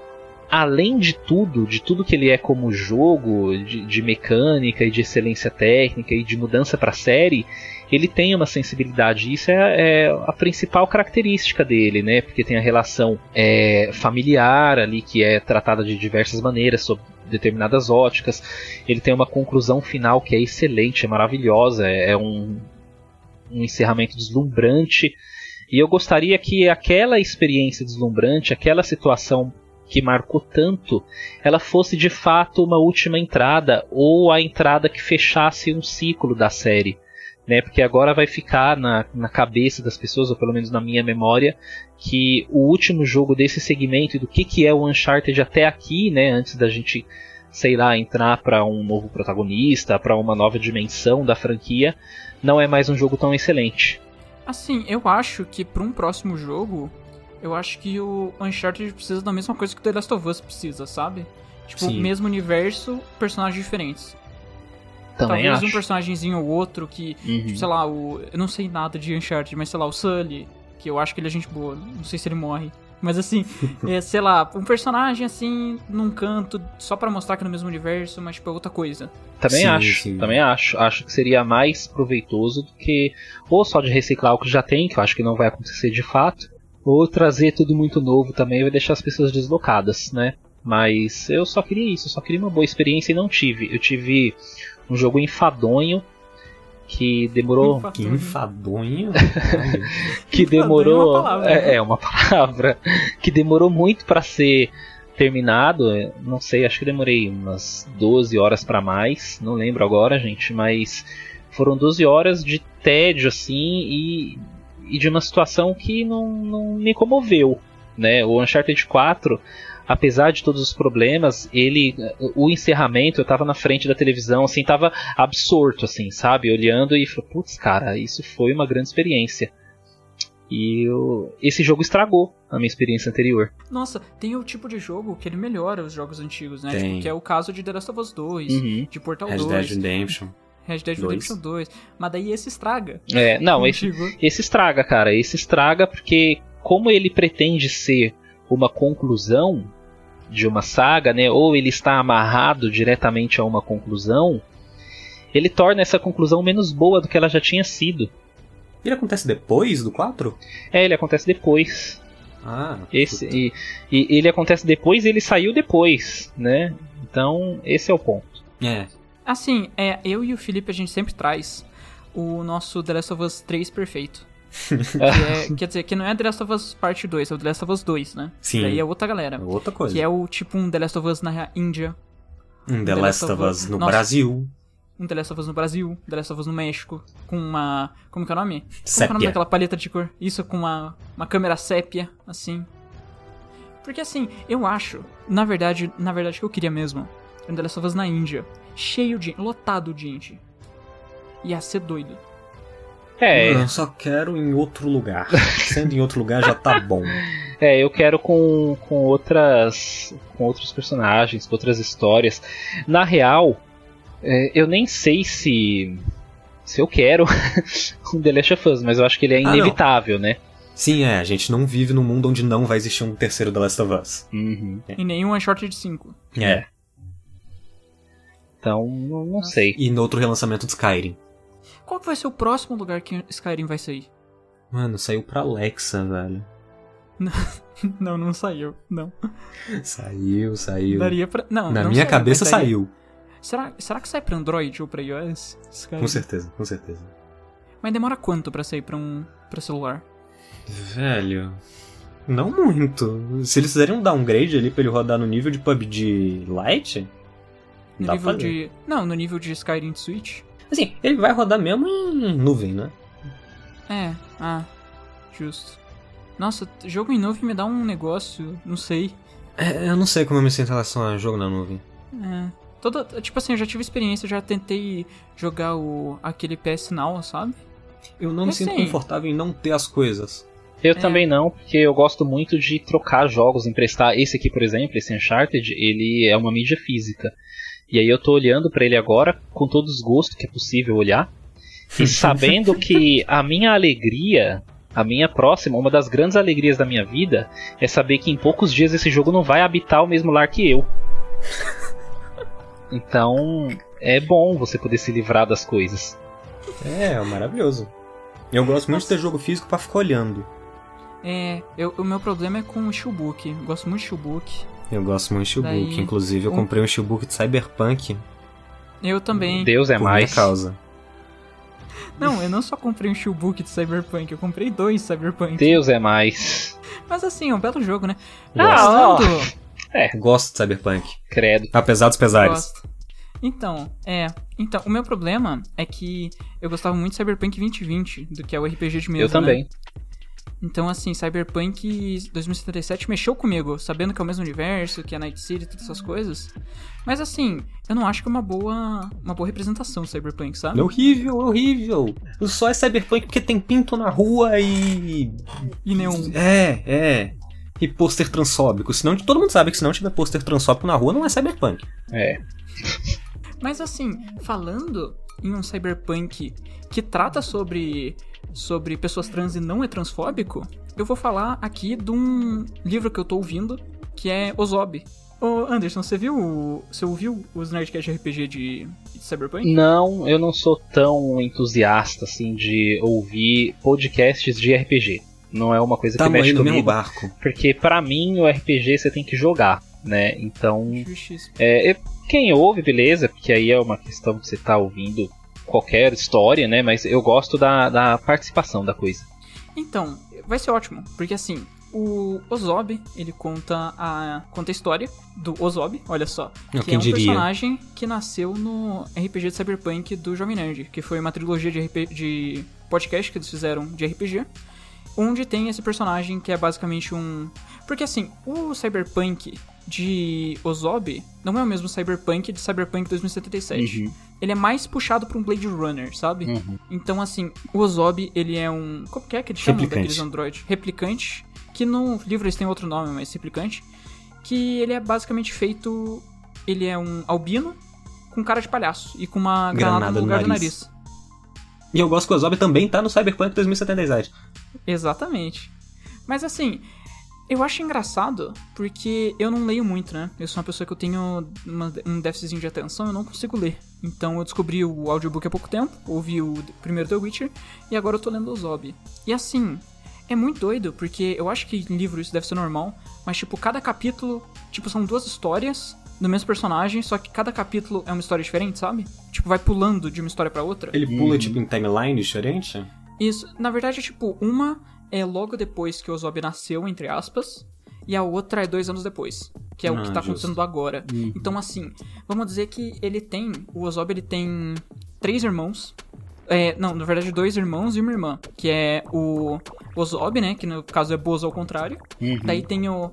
além de tudo, de tudo que ele é como jogo, de, de mecânica e de excelência técnica e de mudança para a série, ele tem uma sensibilidade, isso é, é a principal característica dele, né? Porque tem a relação é, familiar ali, que é tratada de diversas maneiras, sob determinadas óticas. Ele tem uma conclusão final que é excelente, é maravilhosa, é, é um, um encerramento deslumbrante, e eu gostaria que aquela experiência deslumbrante, aquela situação que marcou tanto, ela fosse de fato uma última entrada, ou a entrada que fechasse um ciclo da série. Né, porque agora vai ficar na, na cabeça das pessoas, ou pelo menos na minha memória, que o último jogo desse segmento e do que, que é o Uncharted até aqui, né, antes da gente, sei lá, entrar para um novo protagonista, para uma nova dimensão da franquia, não é mais um jogo tão excelente. Assim, eu acho que para um próximo jogo, eu acho que o Uncharted precisa da mesma coisa que o The Last of Us precisa, sabe? Tipo, Sim. mesmo universo, personagens diferentes. Também Talvez acho. um personagemzinho ou outro que, Uhum. tipo, sei lá, o, eu não sei nada de Uncharted, mas sei lá, o Sully, que eu acho que ele é gente boa, não sei se ele morre. Mas assim, é, sei lá, um personagem assim, num canto, só pra mostrar que é no mesmo universo, mas tipo, é outra coisa. Também Sim, acho, sim. também acho. Acho que seria mais proveitoso do que ou só de reciclar o que já tem, que eu acho que não vai acontecer de fato, ou trazer tudo muito novo também vai deixar as pessoas deslocadas, né? Mas eu só queria isso, eu só queria uma boa experiência e não tive. Eu tive um jogo enfadonho que demorou. Que enfadonho. que Enfadonho demorou. é uma palavra, é, né? é uma palavra. Que demorou muito pra ser terminado. Não sei, acho que demorei umas doze horas pra mais. Não lembro agora, gente, mas foram doze horas de tédio assim e, e de uma situação que não, não me comoveu, né? O Uncharted quatro, apesar de todos os problemas, ele, o encerramento, eu tava na frente da televisão, assim, tava absorto, assim, sabe? Olhando e falei, putz, cara, isso foi uma grande experiência. E eu, esse jogo estragou a minha experiência anterior. Nossa, tem o tipo de jogo que ele melhora os jogos antigos, né? Tem. Tipo, que é o caso de The Last of Us dois, Uhum. de Portal Red dois, Dead Redemption. Red Dead dois. Redemption dois. Mas daí esse estraga. É, não, o esse, antigo. esse estraga, cara. Esse estraga porque, como ele pretende ser uma conclusão de uma saga, né? Ou ele está amarrado diretamente a uma conclusão, ele torna essa conclusão menos boa do que ela já tinha sido. Ele acontece depois do quatro? É, ele acontece depois. Ah, Esse, puta. e, e ele acontece depois e ele saiu depois, né? Então, esse é o ponto. É. Assim, é, eu e o Felipe a gente sempre traz o nosso The Last of Us três perfeito. Que é, quer dizer, que não é The Last of Us Parte dois, é o The Last of Us dois, né? Sim. Daí é outra galera. É outra coisa. Que é o tipo um The Last of Us na Índia, Um The Last of Us no Nossa. Brasil. um The Last of Us no Brasil, The Last of Us no México, com uma... Como que é o nome? Como que é o Sépia. nome daquela paleta de cor? Isso, com uma, uma câmera sépia, assim. Porque assim, eu acho, na verdade, na verdade o que eu queria mesmo, é um The Last of Us na Índia, cheio de... lotado de gente. Ia ser doido. É, Eu só quero em outro lugar. Sendo em outro lugar já tá bom. é, eu quero com, com outras com outros personagens, com outras histórias. Na real, é, eu nem sei se se eu quero um The Last of Us, mas eu acho que ele é Ah, não. inevitável, né? Sim, é. A gente não vive num mundo onde não vai existir um terceiro The Last of Us. Uhum. E nenhum Uncharted cinco. É. Então, não, não sei. E no outro relançamento de Skyrim. Qual que vai ser o próximo lugar que Skyrim vai sair? Mano, saiu pra Alexa, velho. Não, não saiu, não. Saiu, saiu. Daria pra... Não, Na não minha saiu, cabeça mas daria- saiu. Será, será que sai pra Android ou pra iOS? Skyrim? Com certeza, com certeza. Mas demora quanto pra sair pra um pra celular? Velho. Não muito. Se eles fizerem um downgrade ali pra ele rodar no nível de P U B G Lite, No dá nível pra fazer. de... Não, no nível de Skyrim de Switch. Assim, ele vai rodar mesmo em nuvem, né? É, ah, justo. Nossa, jogo em nuvem me dá um negócio, não sei. É, eu não sei como eu me sinto em relação a jogo na nuvem. É. Toda, tipo assim, eu já tive experiência, já tentei jogar o aquele P S Now, sabe? Eu não me Eu sinto sei. confortável em não ter as coisas. Eu É. também não, porque eu gosto muito de trocar jogos, emprestar. Esse aqui, por exemplo, esse Uncharted, ele é uma mídia física. E aí eu tô olhando pra ele agora com todo o desgosto que é possível olhar. E sabendo que a minha alegria, a minha próxima, uma das grandes alegrias da minha vida, é saber que em poucos dias esse jogo não vai habitar o mesmo lar que eu. Então, é bom você poder se livrar das coisas. É, é maravilhoso. Eu gosto muito de ter jogo físico pra ficar olhando. É, eu, o meu problema é com o Steelbook. Eu gosto muito de Steelbook. Eu gosto muito de Steelbook. Daí, Inclusive, eu um- comprei um Steelbook de Cyberpunk Eu também. Deus é por mais. minha causa. Não, eu não só comprei um Steelbook de Cyberpunk, eu comprei dois Cyberpunk. Deus é mais. Mas assim, é um belo jogo, né? Ah, ó. Usando- Gosto de Cyberpunk. Credo. Apesar dos pesares. Gosto. Então, é. Então, o meu problema é que eu gostava muito de Cyberpunk vinte vinte, do que é o R P G de mesa, Eu também. né? Então, assim, Cyberpunk dois mil e setenta e sete mexeu comigo, sabendo que é o mesmo universo, que é Night City e todas essas coisas. Mas, assim, eu não acho que é uma boa, uma boa representação do Cyberpunk, sabe? É horrível, é horrível. Só é Cyberpunk porque tem pinto na rua e... E neon. É, é. E pôster transfóbico. Senão, todo mundo sabe que se não tiver pôster transfóbico na rua, não é Cyberpunk. É. Mas, assim, falando em um Cyberpunk que trata sobre... sobre pessoas trans e não é transfóbico, eu vou falar aqui de um livro que eu tô ouvindo, que é Ozob. Ô Anderson, você viu, você ouviu os Nerdcast R P G de, de Cyberpunk? Não, eu não sou tão entusiasta assim de ouvir podcasts de R P G. Não é uma coisa que Tamo mexe aí no comigo. mesmo barco. Porque pra mim o R P G você tem que jogar, né? Então, Justiça. é, quem ouve, beleza, porque aí é uma questão que você tá ouvindo qualquer história, né? Mas eu gosto da, da participação da coisa. Então, vai ser ótimo, porque assim, o Ozob, ele conta a, conta a história do Ozob, olha só, Eu, que é um diria. personagem que nasceu no R P G de Cyberpunk do Jovem Nerd, que foi uma trilogia de, R P, de podcast que eles fizeram de R P G, onde tem esse personagem que é basicamente um... Porque assim, o Cyberpunk de Ozob não é o mesmo Cyberpunk de Cyberpunk dois mil e setenta e sete. Uhum. Ele é mais puxado pra um Blade Runner, sabe? Uhum. Então, assim, o Ozob, ele é um... Como que é que eles chamam Replicante. daqueles androides? Replicante. Que no livro eles têm outro nome, mas replicante. Que ele é basicamente feito... Ele é um albino com cara de palhaço e com uma granada, Granada no no lugar nariz. do nariz. E eu gosto que o Ozob também tá no Cyberpunk dois mil e setenta e sete. Exatamente. Mas, assim... Eu acho engraçado, porque eu não leio muito, né? Eu sou uma pessoa que eu tenho uma, um déficitzinho de atenção, eu não consigo ler. Então eu descobri o audiobook há pouco tempo, ouvi o primeiro The Witcher, e agora eu tô lendo o Ozob. E assim, é muito doido, porque eu acho que em livro isso deve ser normal, mas tipo, cada capítulo, tipo, são duas histórias do mesmo personagem, só que cada capítulo é uma história diferente, sabe? Tipo, vai pulando de uma história pra outra. Ele pula, tipo, em timeline diferente? Isso, na verdade, tipo, uma... é logo depois que o Ozob nasceu, entre aspas, e a outra é dois anos depois, que é Ah, o que tá justo. acontecendo agora. Uhum. Então, assim, vamos dizer que ele tem, o Ozob, ele tem três irmãos, é, não, na verdade, dois irmãos e uma irmã, que é o Ozob, né, que no caso é Bozo ao contrário, Uhum. daí tem o,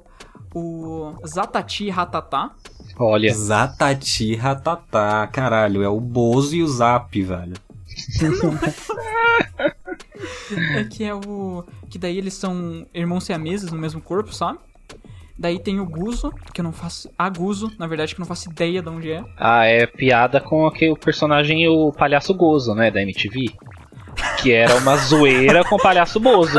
o Zatati Ratatá, Olha, Zatati Ratatá, caralho, é o Bozo e o Zap, velho. é que é o, que daí eles são irmãos siameses no mesmo corpo, sabe? Daí tem o Guzo, que eu não faço... A Guzo, na verdade, que eu não faço ideia de onde é. ah, é piada com aquele personagem, o Palhaço Gozo, né, da M T V. Que era uma zoeira com o Palhaço Bozo.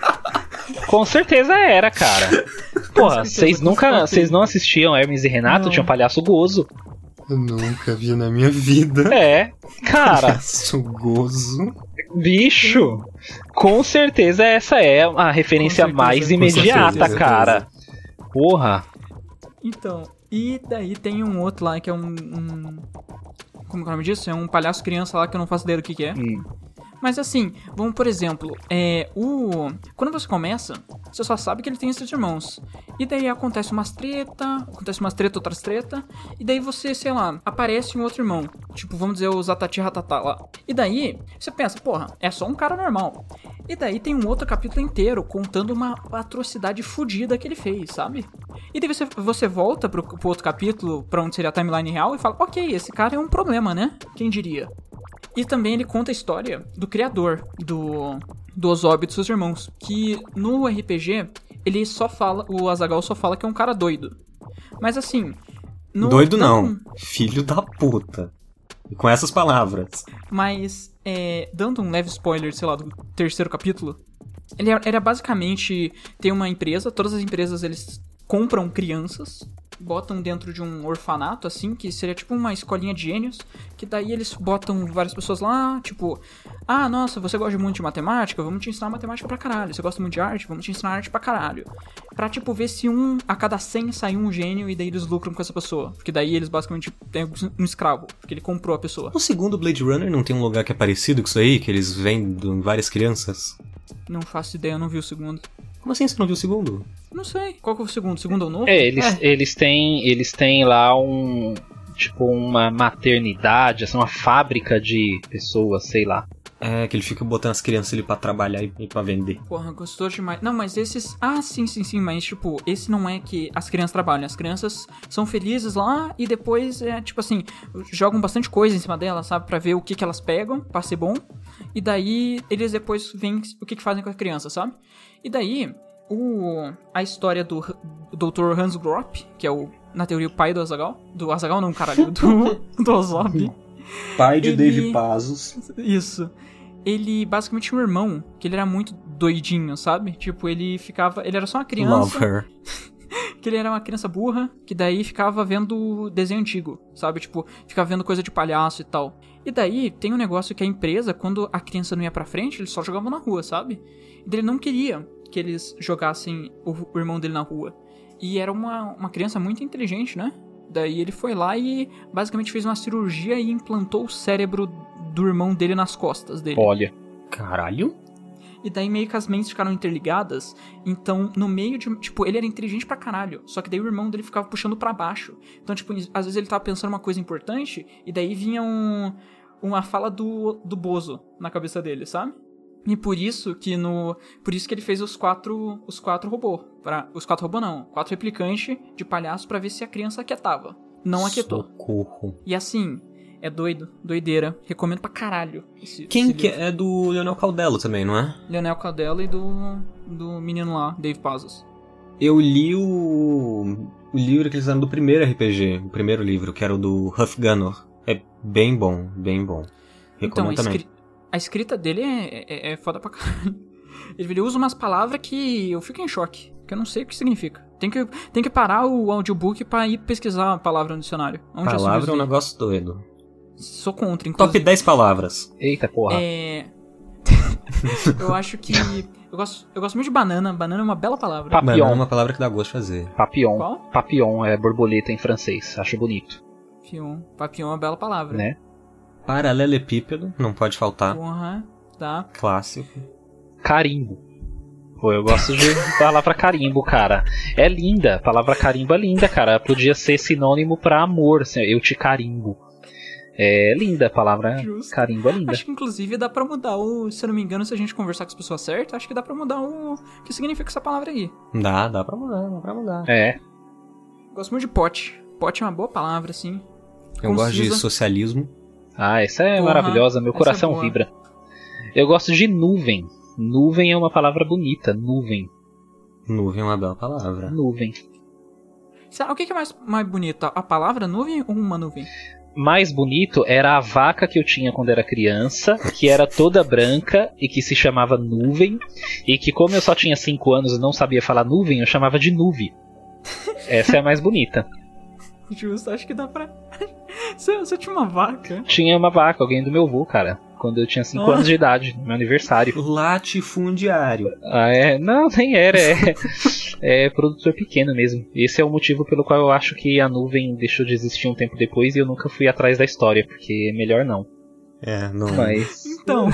Com certeza era, cara. Porra, certeza, vocês com nunca... certeza. Vocês não assistiam Hermes e Renato? Não. Tinha o Palhaço Gozo. Eu nunca vi na minha vida. É, cara, Palhaço Gozo. bicho. Com certeza essa é a referência certeza, mais com imediata, certeza. cara. Porra. Então, e daí tem um outro lá que é um... um... Como que é o nome disso? É um palhaço criança lá que eu não faço ideia do que, que é. Hum. Mas assim, vamos por exemplo, é, o... quando você começa, você só sabe que ele tem esses irmãos. E daí acontece umas treta, acontece umas treta, outras treta, e daí você, sei lá, aparece um outro irmão. Tipo, vamos dizer o Zatati Ratatá lá. E daí, você pensa, porra, é só um cara normal. E daí tem um outro capítulo inteiro contando uma atrocidade fodida que ele fez, sabe? E daí você, você volta pro, pro outro capítulo, pra onde seria a timeline real, e fala, ok, esse cara é um problema, né? Quem diria? E também ele conta a história do criador do, do Ozob e dos seus irmãos. Que no R P G, ele só fala, o Azaghal só fala que é um cara doido. Mas assim... no- Doido não, filho da puta. E com essas palavras. Mas, é, dando um leve spoiler, sei lá, do terceiro capítulo, ele era basicamente ter uma empresa, todas as empresas eles compram crianças, botam dentro de um orfanato, assim, que seria tipo uma escolinha de gênios, que daí eles botam várias pessoas lá, tipo, ah, nossa, você gosta muito de matemática? Vamos te ensinar matemática pra caralho. Você gosta muito de arte? Vamos te ensinar arte pra caralho. Pra, tipo, ver se um, a cada cem sai um gênio e daí eles lucram com essa pessoa. Porque daí eles basicamente têm um escravo, porque ele comprou a pessoa. No segundo Blade Runner não tem um lugar que é parecido com isso aí? Que eles vendem várias crianças? Não faço ideia, eu não vi o segundo. Como assim você não viu o segundo? Não sei. Qual que é o segundo? O segundo é o novo? É, eles, eles têm. Eles têm lá um. Tipo, uma maternidade, assim, uma fábrica de pessoas, sei lá. É, que ele fica botando as crianças ali pra trabalhar e, e pra vender. Porra, gostou demais. Não, mas esses... Ah, sim, sim, sim, mas, tipo, esse não é que as crianças trabalham. As crianças são felizes lá e depois, é tipo assim, jogam bastante coisa em cima delas, sabe? Pra ver o que que elas pegam, pra ser bom. E daí, eles depois veem o que que fazem com a criança, sabe? E daí, o... a história do doutor Hans Gropp, que é o, na teoria, o pai do Azaghal. Do Azaghal não, caralho. Do, do Ozob. Pai de Ele... Dave Pazos. Isso. Ele basicamente tinha um irmão, que ele era muito doidinho, sabe? Tipo, ele ficava... Ele era só uma criança... Love her. Que ele era uma criança burra, que daí ficava vendo desenho antigo, sabe? Tipo, ficava vendo coisa de palhaço e tal. E daí, tem um negócio que a empresa, quando a criança não ia pra frente, eles só jogavam na rua, sabe? E ele não queria que eles jogassem o, o irmão dele na rua. E era uma, uma criança muito inteligente, né? Daí ele foi lá e basicamente fez uma cirurgia e implantou o cérebro do irmão dele nas costas dele. Olha. Caralho. E daí meio que as mentes ficaram interligadas. Então, no meio de... Tipo, ele era inteligente pra caralho. Só que daí o irmão dele ficava puxando pra baixo. Então, tipo, às vezes ele tava pensando uma coisa importante. E daí vinha um, uma fala do, do Bozo na cabeça dele, sabe? E por isso que no... Por isso que ele fez os quatro... Os quatro robôs. Pra, os quatro robôs não. Quatro replicantes de palhaço pra ver se a criança aquietava. Não aquietou. Socorro. E assim... É doido, doideira. Recomendo pra caralho. Esse, Quem esse que livro. é? É do Leonel Caldelo também, não é? Leonel Caldelo e do, do menino lá, Dave Pazos. Eu li o, o livro que eles fizeram do primeiro R P G, o primeiro livro, que era o do Huff Gunner. É bem bom, bem bom. Recomendo então, a, também. escri- a escrita dele é, é, é foda pra caralho. Ele usa umas palavras que eu fico em choque, que eu não sei o que significa. Tem que, tem que parar o audiobook pra ir pesquisar a palavra no dicionário. Onde já se Palavra viu é um isso? negócio doido. Sou contra, Top inclusive. dez palavras. Eita porra. É... eu acho que... Eu gosto, eu gosto muito de banana. Banana é uma bela palavra. Papillon. Banana é uma palavra que dá gosto de fazer. Papillon. Qual? Papillon é borboleta em francês. Acho bonito. Papillon. Papillon é uma bela palavra. Né? Paralelepípedo, não pode faltar. Porra, tá. Clássico. Carimbo. Pô, eu gosto de palavra carimbo, cara. É linda. A palavra carimbo é linda, cara. Podia ser sinônimo pra amor. Assim, eu te carimbo. É linda a palavra. Justo. Carimbo é linda. Acho que inclusive dá pra mudar o... Se eu não me engano, se a gente conversar com as pessoas certas, acho que dá pra mudar o... o que significa essa palavra aí. Dá, dá pra mudar, dá pra mudar. É. Gosto muito de pote. Pote é uma boa palavra, assim. Eu gosto de Concisa. socialismo. Ah, essa é Porra, maravilhosa. Meu essa coração é boa. vibra. Eu gosto de nuvem. Nuvem é uma palavra bonita. Nuvem. Nuvem é uma bela palavra. Nuvem. Será, o que que é mais, mais bonito? A palavra nuvem ou uma nuvem? Mais bonito era a vaca que eu tinha quando era criança, que era toda branca e que se chamava Nuvem, e que como eu só tinha cinco anos e não sabia falar nuvem, eu chamava de Nuve. Essa é a mais bonita. Justo, acho que dá pra... você, você tinha uma vaca? Tinha uma vaca, alguém do meu avô, cara, quando eu tinha cinco Ah. anos de idade, no meu aniversário. Latifundiário. Ah, é? Não, nem era, é, é produtor pequeno mesmo. Esse é o motivo pelo qual eu acho que a nuvem deixou de existir um tempo depois e eu nunca fui atrás da história, porque é melhor não. É, não. Mas... Então...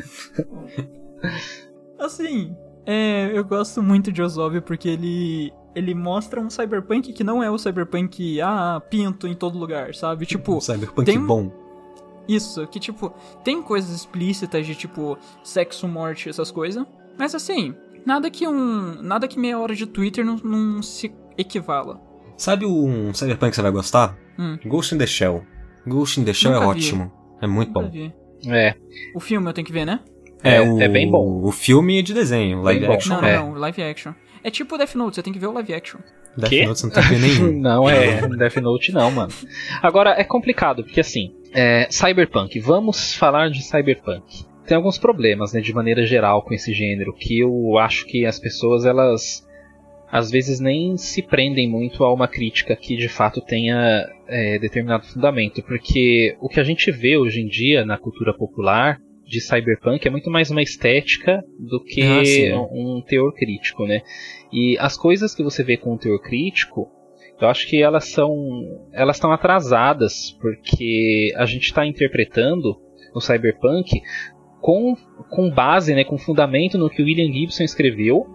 assim... É, eu gosto muito de Ozob porque ele... Ele mostra um cyberpunk que não é o cyberpunk... Ah, pinto em todo lugar, sabe? Tipo... Um cyberpunk tem- bom. Isso, que tipo, tem coisas explícitas de tipo sexo, morte, essas coisas. Mas assim, nada que um. Nada que meia hora de Twitter não, não se equivala. Sabe um cyberpunk que você vai gostar? Hum. Ghost in the Shell. Ghost in the Shell Nunca é vi. ótimo. É muito Nunca bom. vi. É, O filme eu tenho que ver, né? É, o, é bem bom. O filme é de desenho, live Bem bom. action. Não, não, é. não, live action. É tipo Death Note, você tem que ver o live action. Death Quê? Note você não tem que ver nenhum. não é Death Note não, mano. Agora, é complicado, porque assim, é, Cyberpunk, vamos falar de Cyberpunk. Tem alguns problemas, né, de maneira geral com esse gênero, que eu acho que as pessoas, elas, às vezes nem se prendem muito a uma crítica que de fato tenha é, determinado fundamento, porque o que a gente vê hoje em dia na cultura popular de Cyberpunk é muito mais uma estética do que Ah, sim. um, um teor crítico, né? E as coisas que você vê com o teor crítico, eu acho que elas são elas estão atrasadas, porque a gente está interpretando o Cyberpunk com, com base, né, com fundamento no que o William Gibson escreveu,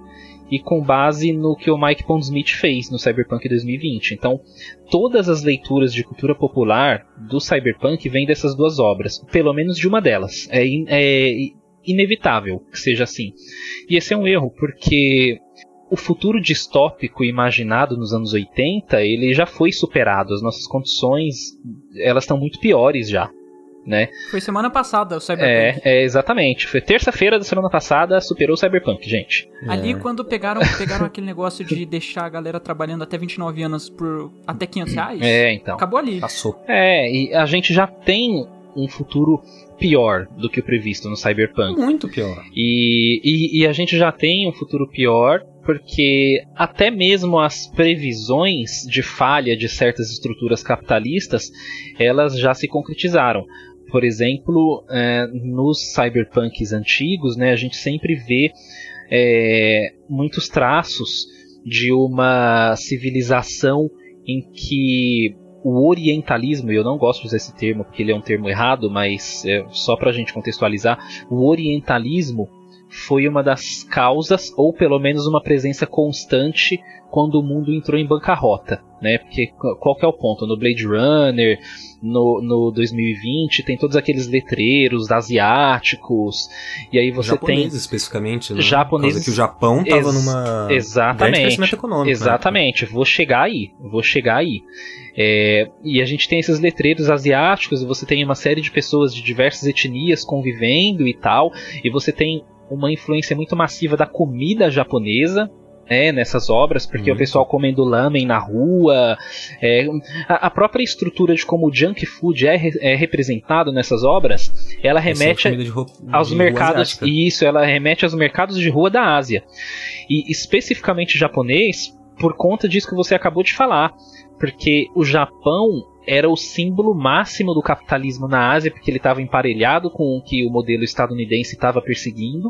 e com base no que o Mike Pondsmith fez no Cyberpunk dois mil e vinte. Então, todas as leituras de cultura popular do Cyberpunk vêm dessas duas obras, pelo menos de uma delas. É, in, é inevitável que seja assim. E esse é um erro, porque o futuro distópico imaginado nos anos oitenta, ele já foi superado. As nossas condições, elas estão muito piores já, né? Foi semana passada o Cyberpunk. É, é exatamente. Foi terça-feira da semana passada, superou o Cyberpunk, gente. Ali É. quando pegaram, pegaram aquele negócio de deixar a galera trabalhando até vinte e nove anos por até quinhentos reais, É, então. acabou ali. Passou. É, e a gente já tem um futuro pior do que o previsto no Cyberpunk. Muito pior. E, e, e a gente já tem um futuro pior porque até mesmo as previsões de falha de certas estruturas capitalistas, elas já se concretizaram. Por exemplo, é, nos cyberpunks antigos, né, a gente sempre vê é, muitos traços de uma civilização em que o orientalismo, e eu não gosto de usar esse termo porque ele é um termo errado, mas é, só para a gente contextualizar, o orientalismo foi uma das causas, ou pelo menos uma presença constante, quando o mundo entrou em bancarrota, né? Porque qual que é o ponto? No Blade Runner, no, no dois mil e vinte, tem todos aqueles letreiros asiáticos, e aí você japoneses, tem... especificamente, né? Japoneses, Por causa que o Japão estava ex- numa exatamente, grande crescimento econômico. exatamente, vou chegar aí, vou chegar aí. É, e a gente tem esses letreiros asiáticos, e você tem uma série de pessoas de diversas etnias convivendo e tal, e você tem uma influência muito massiva da comida japonesa, é, nessas obras, porque Muito. o pessoal comendo lamen na rua, é, a, a própria estrutura de como o junk food é, re, é representado nessas obras, ela remete é comida de roupa, aos de mercados, asiática. isso, ela remete aos mercados de rua da Ásia, e especificamente japonês, por conta disso que você acabou de falar, porque o Japão era o símbolo máximo do capitalismo na Ásia, porque ele estava emparelhado com o que o modelo estadunidense estava perseguindo,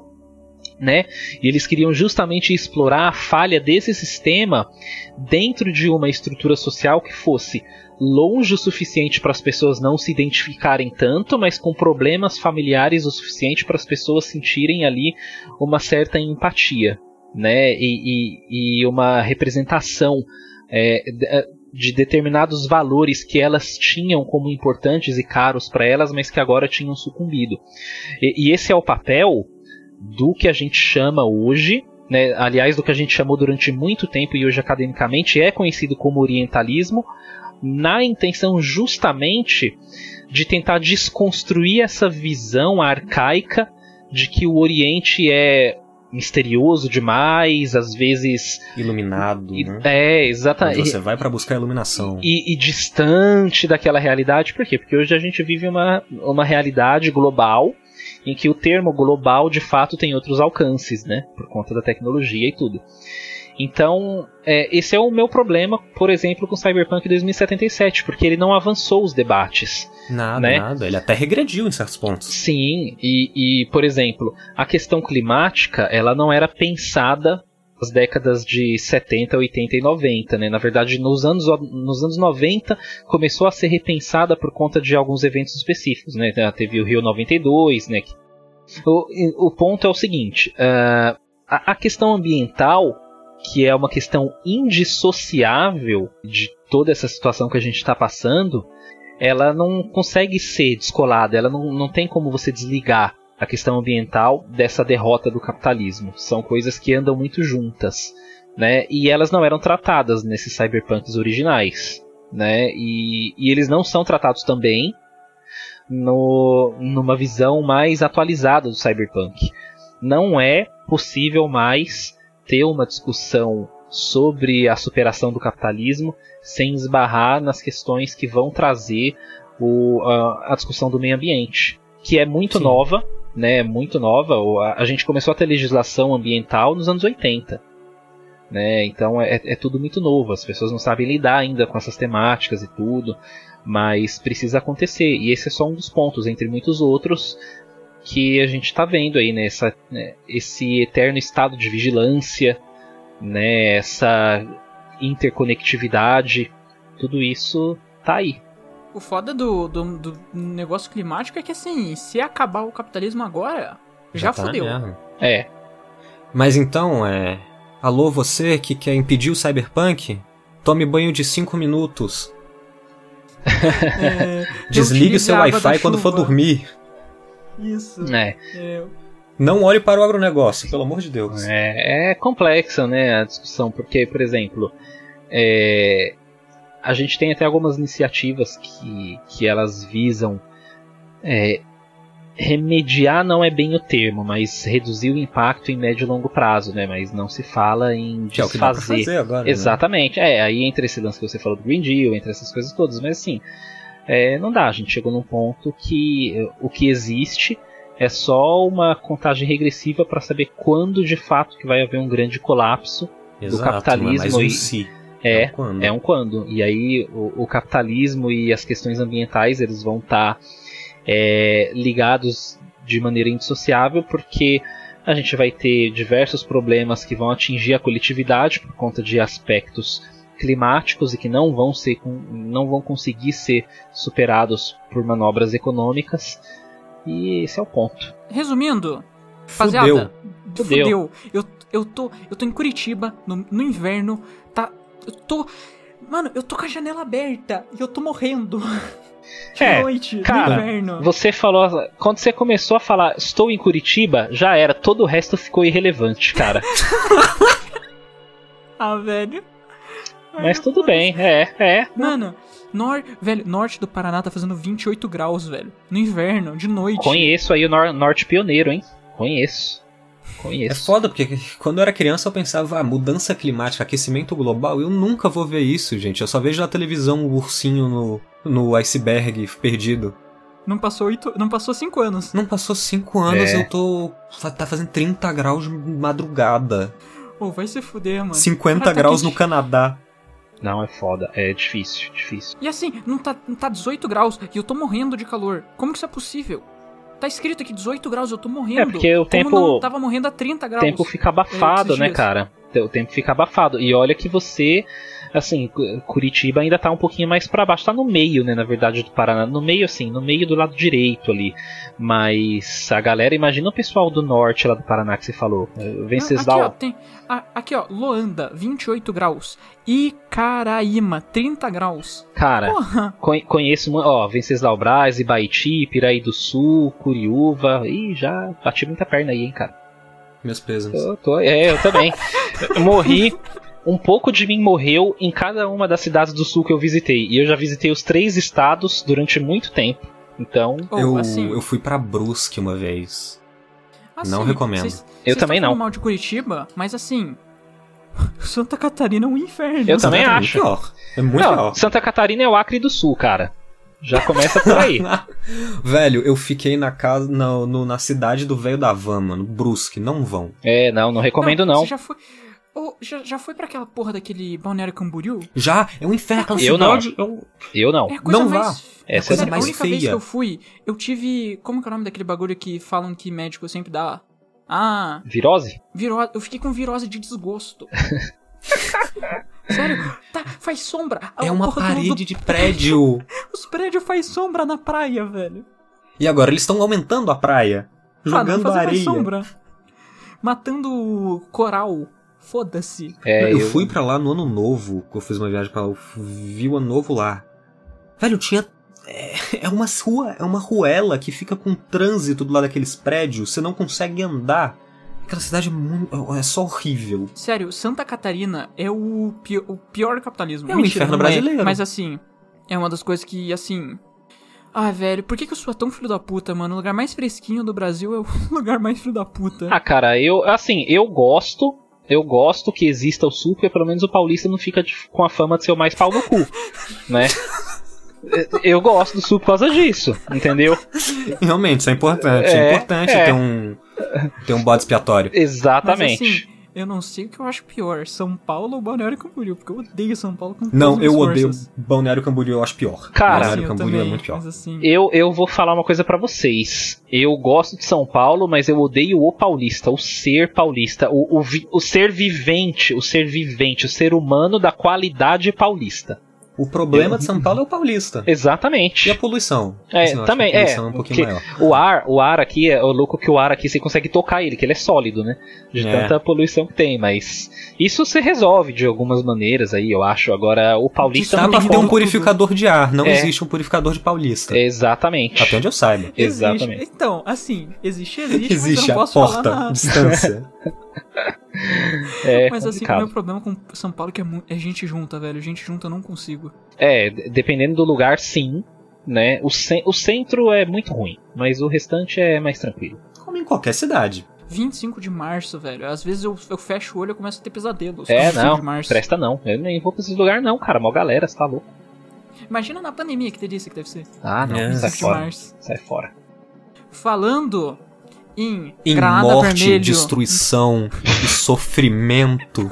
né? E eles queriam justamente explorar a falha desse sistema dentro de uma estrutura social que fosse longe o suficiente para as pessoas não se identificarem tanto, mas com problemas familiares o suficiente para as pessoas sentirem ali uma certa empatia, né? E, e, e uma representação é, de determinados valores que elas tinham como importantes e caros para elas, mas que agora tinham sucumbido. E, e esse é o papel do que a gente chama hoje, né, aliás, do que a gente chamou durante muito tempo e hoje academicamente é conhecido como orientalismo, na intenção justamente de tentar desconstruir essa visão arcaica de que o Oriente é misterioso demais, às vezes iluminado, e, né? É, exatamente. Onde você vai para buscar iluminação. E, e distante daquela realidade. Por quê? Porque hoje a gente vive uma, uma realidade global em que o termo global de fato tem outros alcances, né? Por conta da tecnologia e tudo. Então, é, esse é o meu problema, por exemplo, com Cyberpunk dois mil e setenta e sete, porque ele não avançou os debates. Nada, né? nada. Ele até regrediu em certos pontos. Sim, e, e, por exemplo, a questão climática, ela não era pensada nas décadas de setenta, oitenta e noventa, né? Na verdade, nos anos, nos anos noventa começou a ser repensada por conta de alguns eventos específicos, né? Teve o Rio noventa e dois, né? O, o ponto é o seguinte, uh, a, a questão ambiental, que é uma questão indissociável de toda essa situação que a gente está passando, ela não consegue ser descolada, ela não, não tem como você desligar a questão ambiental dessa derrota do capitalismo. São coisas que andam muito juntas, né? E elas não eram tratadas nesses cyberpunks originais, né? E, e eles não são tratados também no, numa visão mais atualizada do cyberpunk. Não é possível mais ter uma discussão sobre a superação do capitalismo sem esbarrar nas questões que vão trazer o, a, a discussão do meio ambiente, que é muito Sim. nova, né, muito nova. A, a gente começou a ter legislação ambiental nos anos oitenta, né, então é, é tudo muito novo, as pessoas não sabem lidar ainda com essas temáticas e tudo, mas precisa acontecer, e esse é só um dos pontos, entre muitos outros, que a gente está vendo aí, né, essa, né, esse eterno estado de vigilância, né, essa interconectividade, tudo isso tá aí. O foda do, do, do negócio climático é que, assim, se acabar o capitalismo agora, já, já tá fodeu. Mesmo. É. Mas então, é... Alô, você que quer impedir o Cyberpunk? Tome banho de cinco minutos. É, Desligue o seu reutilize a água Wi-Fi da quando for chuva. dormir. Isso. É. É, Não olhe para o agronegócio, pelo amor de Deus. É, é complexa, né, a discussão, porque, por exemplo, é, a gente tem até algumas iniciativas que, que elas visam é, remediar, não é bem o termo, mas reduzir o impacto em médio e longo prazo, né, mas não se fala em Que é o que dá pra desfazer. fazer agora, né? Exatamente, é, aí entre esse lance que você falou do Green Deal, entre essas coisas todas, mas assim, é, não dá, a gente chegou num ponto que é, o que existe é só uma contagem regressiva para saber quando de fato que vai haver um grande colapso Exato, do capitalismo. não é mais um e, si. é, É um quando. é um quando. E aí o, o capitalismo e as questões ambientais eles vão estar tá, é, ligados de maneira indissociável, porque a gente vai ter diversos problemas que vão atingir a coletividade por conta de aspectos climáticos e que não vão, ser, não vão conseguir ser superados por manobras econômicas. E esse é o ponto. Resumindo, Fudeu. rapaziada, Fudeu. fudeu. Eu, eu, tô, eu tô em Curitiba, no, no inverno, tá... Eu tô... Mano, eu tô com a janela aberta e eu tô morrendo. De É, noite, cara, no inverno. Você falou... Quando você começou a falar estou em Curitiba, já era. Todo o resto ficou irrelevante, cara. Ah, velho. Ai, Mas eu tudo posso- bem, é, é. Mano, nor... velho, norte do Paraná tá fazendo vinte e oito graus, velho. No inverno, de noite. Conheço aí o nor- Norte Pioneiro, hein? Conheço. É Conheço. foda, porque quando eu era criança eu pensava, ah, mudança climática, aquecimento global, eu nunca vou ver isso, gente. Eu só vejo na televisão o ursinho no, no iceberg perdido. Não passou oito... Não passou cinco anos. Não passou cinco anos, É. eu tô... Tá fazendo trinta graus de madrugada. Ô, vai se fuder, mano. cinquenta Cara, tá graus quente. no Canadá. Não, é foda. É difícil, difícil. E assim, não tá, não tá dezoito graus e eu tô morrendo de calor. Como que isso é possível? Tá escrito aqui dezoito graus, eu tô morrendo. É, porque o Como tempo- não tava morrendo a trinta O graus. tempo fica abafado, esses né, dias. cara? O tempo fica abafado. E olha que você, assim, Curitiba ainda tá um pouquinho mais pra baixo. Tá no meio, né, na verdade, do Paraná. No meio, assim, no meio do lado direito ali. Mas a galera, imagina o pessoal do norte lá do Paraná que você falou. Não, aqui, ó, Venceslau. tem, a- aqui, ó, Loanda, vinte e oito graus. Icaraíma, trinta graus. Cara, Porra. con- conheço, mu- ó, Venceslau Braz, Ibaiti, Piraí do Sul, Curiúva. Ih, já bati muita perna aí, hein, cara. Meus pêsames. Eu tô, é, eu também. Eu morri. Um pouco de mim morreu em cada uma das cidades do sul que eu visitei. E eu já visitei os três estados durante muito tempo. Então, Ou, eu, assim, eu fui pra Brusque uma vez. assim, não recomendo. Vocês, Eu vocês também tão falando não. mal de Curitiba, mas assim... Santa Catarina é um inferno. Eu também É acho. muito pior. É muito não, pior. Santa Catarina é o Acre do Sul, cara. Já começa por aí. Velho, eu fiquei na casa, na, no- na cidade do velho da van, mano. Brusque, não vão. É, não, não recomendo não. Você já foi... Ô, já, já foi pra aquela porra daquele Balneário Camboriú? Já, é um inferno. Aquela Eu não. cidade, eu- Eu não. É a coisa Não mais... vá. É a coisa Sério, mais a única vez feia. que eu fui, eu tive... Como que é o nome daquele bagulho que falam que médico sempre dá? Ah, Virose? virose. Eu fiquei com virose de desgosto. Sério? Tá, faz sombra. A É uma porra do- parede do- de prédio. Os prédios faz sombra na praia, velho. E agora eles estão aumentando a praia. Ah, não Jogando fazer mais areia. sombra. Matando coral. Foda-se. É, eu, fui pra lá no ano novo, que eu fiz uma viagem pra lá, eu vi o ano novo lá. Velho, tinha... É, é uma rua, é uma ruela que fica com trânsito do lado daqueles prédios, você não consegue andar. Aquela cidade é, muito, é só horrível. Sério, Santa Catarina é o, pi- o pior capitalismo. É o inferno não é, brasileiro. mas assim, é uma das coisas que, assim... Ah, velho, por que, que eu sou tão filho da puta, mano? O lugar mais fresquinho do Brasil é o lugar mais filho da puta. Ah, cara, eu, assim, eu gosto, eu gosto que exista o Sul, porque pelo menos o paulista não fica de- com a fama de ser o mais pau no cu, né? Eu gosto do Sul por causa disso, entendeu? Realmente, isso é importante. É, É, importante é. ter um ter um bode expiatório. Exatamente. Mas assim, eu não sei o que eu acho pior, São Paulo ou Balneário Camboriú, porque eu odeio São Paulo com Não, todas as eu minhas odeio forças. Balneário Camboriú, eu acho pior. Cara, Balneário Sim, eu Camboriú também, é muito pior. mas assim... Eu, eu vou falar uma coisa pra vocês. Eu gosto de São Paulo, mas eu odeio o paulista, o ser paulista, o, o, vi- o ser vivente, o ser vivente, o ser humano da qualidade paulista. O problema de São Paulo é o paulista. Exatamente. E a poluição. É, assim, eu também, acho que a é. poluição é um pouquinho maior. O ar, o ar aqui, é o louco que o ar aqui você consegue tocar ele, que ele é sólido, né? De É. tanta poluição que tem, mas isso se resolve de algumas maneiras aí, eu acho. Agora, o paulista Dá não pra tem ter um como. purificador de ar, não É. existe um purificador de paulista. Exatamente. Até onde eu saiba. Exatamente. Existe. Então, assim, existe, existe, Existe mas eu não a posso porta, falar nada. distância. É Mas assim, o complicado. meu problema com São Paulo é que é, mu- é gente junta, velho. Gente junta eu não consigo. É, d- dependendo do lugar, sim. Né? O, ce- o centro é muito ruim, mas o restante é mais tranquilo. Como em qualquer cidade. vinte e cinco de março, velho. Às vezes eu, eu fecho o olho e começo a ter pesadelos. É, com vinte e cinco não, de março. presta não. Eu nem vou pra esses lugares não, cara. Mó galera, você tá louco. Imagina na pandemia que delícia que deve ser. Ah, não, É. sai vinte e cinco de fora. março. Sai fora. Falando em, Em granada morte, vermelho. destruição e sofrimento.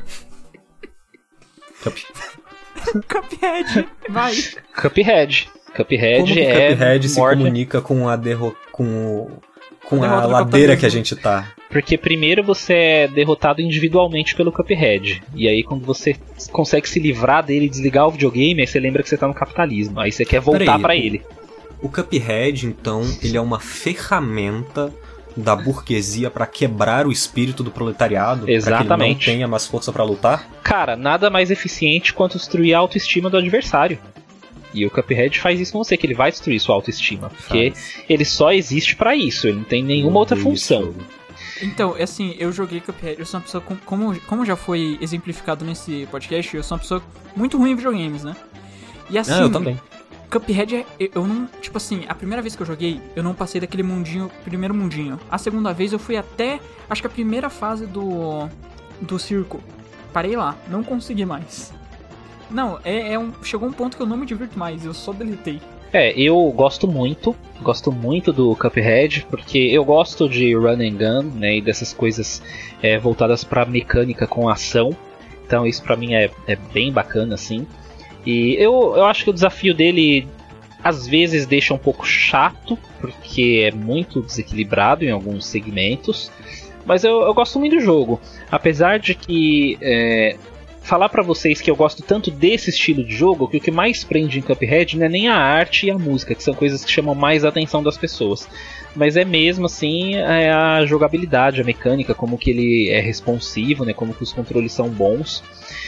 Cuphead, vai. Cuphead. Cuphead Como que é Cuphead se morte. comunica com a derro... com, o... com A a derrota do ladeira que a capitalismo. gente tá? Porque primeiro você é derrotado individualmente pelo Cuphead. E aí quando você consegue se livrar dele e desligar o videogame, aí você lembra que você tá no capitalismo. Aí você quer voltar Peraí, pra o- ele. O Cuphead, então, ele é uma ferramenta da burguesia pra quebrar o espírito do proletariado, pra que ele não Exatamente. tenha mais força pra lutar? Cara, nada mais eficiente quanto destruir a autoestima do adversário. E o Cuphead faz isso com você, que ele vai destruir sua autoestima. Porque Faz. ele só existe pra isso, ele não tem nenhuma outra Odeio esse função. jogo. Então, assim, eu joguei Cuphead. Eu sou uma pessoa, com- como, como já foi exemplificado nesse podcast, eu sou uma pessoa muito ruim em videogames, né? E assim, Ah, eu também. Cuphead, é- eu eu não. Tipo assim, a primeira vez que eu joguei, eu não passei daquele mundinho, primeiro mundinho. A segunda vez eu fui até, acho que a primeira fase do. do circo. Parei lá, não consegui mais. Não, é, é um. Chegou um ponto que eu não me divirto mais, eu só deletei. É, eu gosto muito, gosto muito do Cuphead, porque eu gosto de run and gun, né, e dessas coisas é, voltadas pra mecânica com ação. Então isso pra mim é, é bem bacana, assim. E eu, eu acho que o desafio dele às vezes deixa um pouco chato, porque é muito desequilibrado em alguns segmentos. Mas eu, eu gosto muito do jogo. Apesar de que é, falar pra vocês que eu gosto tanto desse estilo de jogo, que o que mais prende em Cuphead não é nem a arte e a música, que são coisas que chamam mais a atenção das pessoas. Mas é mesmo assim é a jogabilidade, a mecânica, como que ele é responsivo, né, como que os controles são bons.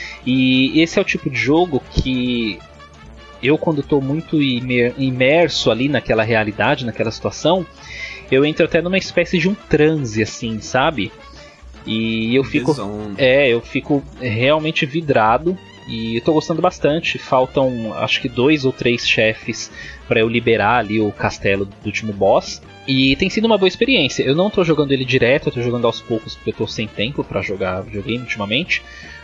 E esse é o tipo de jogo que eu, quando estou muito imer- imerso ali naquela realidade, naquela situação, eu entro até numa espécie de um transe, assim, sabe? E eu fico, Visão. é, eu fico realmente vidrado e eu tô gostando bastante. Faltam, acho que dois ou três chefes para eu liberar ali o castelo do último boss. E tem sido uma boa experiência. Eu não tô jogando ele direto, eu tô jogando aos poucos porque eu tô sem tempo para jogar videogame ultimamente.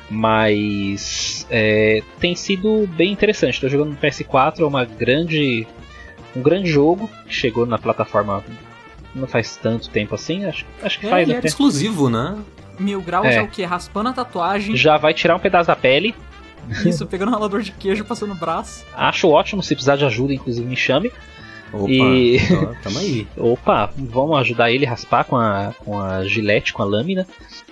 Mas é, tem sido bem interessante. Estou jogando no P S quatro, é uma grande, um grande jogo que chegou na plataforma não faz tanto tempo assim. Acho, acho que É, faz ele até. era exclusivo, né? Mil graus É. é, o quê? Raspando a tatuagem, Já vai tirar um pedaço da pele. isso, pegando um ralador de queijo, passando o braço. Acho ótimo, se precisar de ajuda, inclusive me chame. Opa, E- então, tamo aí. Opa, vamos ajudar ele a raspar com a, com a gilete, com a lâmina.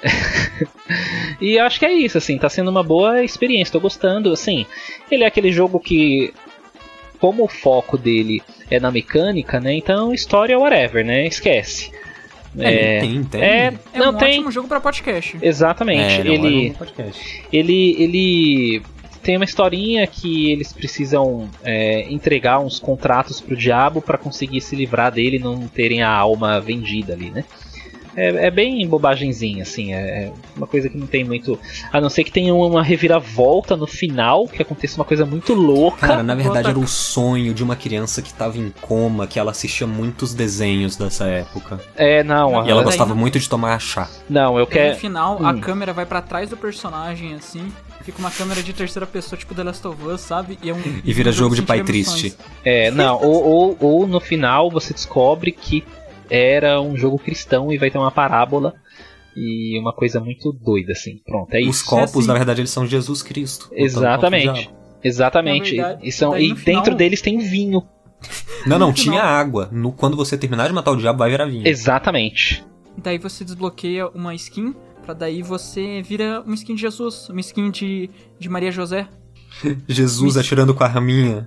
E eu acho que é isso, assim, tá sendo uma boa experiência, tô gostando. Assim, ele é aquele jogo que, como o foco dele é na mecânica, né? Então história whatever, né? Esquece. É, tem, tem. é, É não um tem. ótimo jogo pra podcast. Exatamente. É, não, ele, era um podcast. ele, ele tem uma historinha que eles precisam é, entregar uns contratos pro diabo pra conseguir se livrar dele e não terem a alma vendida ali, né? É, é bem bobagemzinha, assim, é uma coisa que não tem muito... A não ser que tenha uma reviravolta no final, que aconteça uma coisa muito louca. Cara, na verdade Bota- era o sonho de uma criança que tava em coma, que ela assistia muitos desenhos dessa época. É, não, Não, E ela daí- gostava muito de tomar chá. não, eu No quero... final, a Hum. câmera vai pra trás do personagem, assim. Fica uma câmera de terceira pessoa, tipo The Last of Us, sabe? E, é um, E vira um jogo de sem pai emoções. triste. É, não, ou, ou, ou no final você descobre que era um jogo cristão e vai ter uma parábola e uma coisa muito doida, assim. Pronto, é Os isso. copos, assim- na verdade, eles são Jesus Cristo. lutando contra o Exatamente. diabo. Exatamente. Na verdade, e são, daí e no dentro final- deles tem vinho. Não, não, No tinha final- água. No, quando você terminar de matar o diabo, vai virar vinho. Exatamente. Daí você desbloqueia uma skin, pra daí você vira uma skin de Jesus, uma skin de, de Maria José. Jesus Me... atirando com a arminha.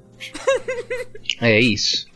É isso.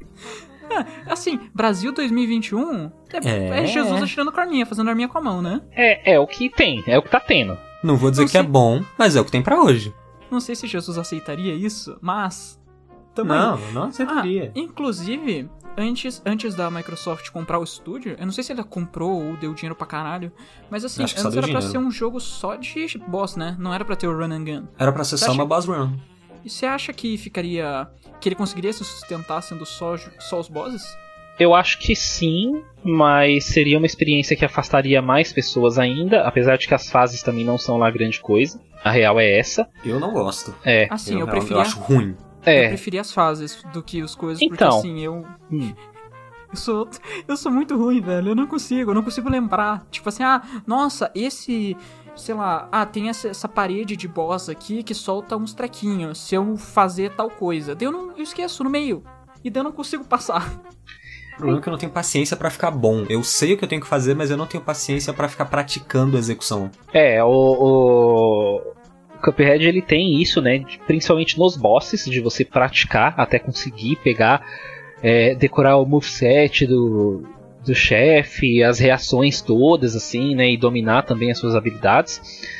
É, assim, Brasil dois mil e vinte e um é, é... é Jesus atirando com a arminha, fazendo arminha com a mão, né? É, é o que tem, é o que tá tendo. Não vou dizer Não que sei... é bom, mas é o que tem pra hoje. Não sei se Jesus aceitaria isso, mas... Também. Não, não aceitaria. Ah, inclusive, antes, antes da Microsoft comprar o estúdio, eu não sei se ela comprou ou deu dinheiro pra caralho, mas assim, Acho que antes só era deu pra dinheiro. ser um jogo só de boss, né? Não era pra ter o run and gun. Era pra ser Você só acha... uma boss run. E você acha que ficaria... que ele conseguiria se sustentar sendo só, só os bosses? Eu acho que sim, mas seria uma experiência que afastaria mais pessoas ainda, apesar de que as fases também não são lá grande coisa. A real é essa. Eu não gosto. É. Assim, eu, eu, preferia... eu acho ruim. É. Eu preferia as fases do que as coisas, Então. porque assim, eu... Hum. Eu sou, eu sou muito ruim, velho. Eu não consigo, eu não consigo lembrar. Tipo assim, ah, nossa, esse... Sei lá, ah, tem essa, essa parede de boss aqui que solta uns trequinhos. Se eu fazer tal coisa. Daí eu, não, eu esqueço no meio. E daí eu não consigo passar. O problema é que eu não tenho paciência pra ficar bom. Eu sei o que eu tenho que fazer, mas eu não tenho paciência pra ficar praticando a execução. É, o, o... o Cuphead ele tem isso, né? Principalmente nos bosses, de você praticar até conseguir pegar, é, decorar o moveset do, do chefe, as reações todas, assim, né? E dominar também as suas habilidades.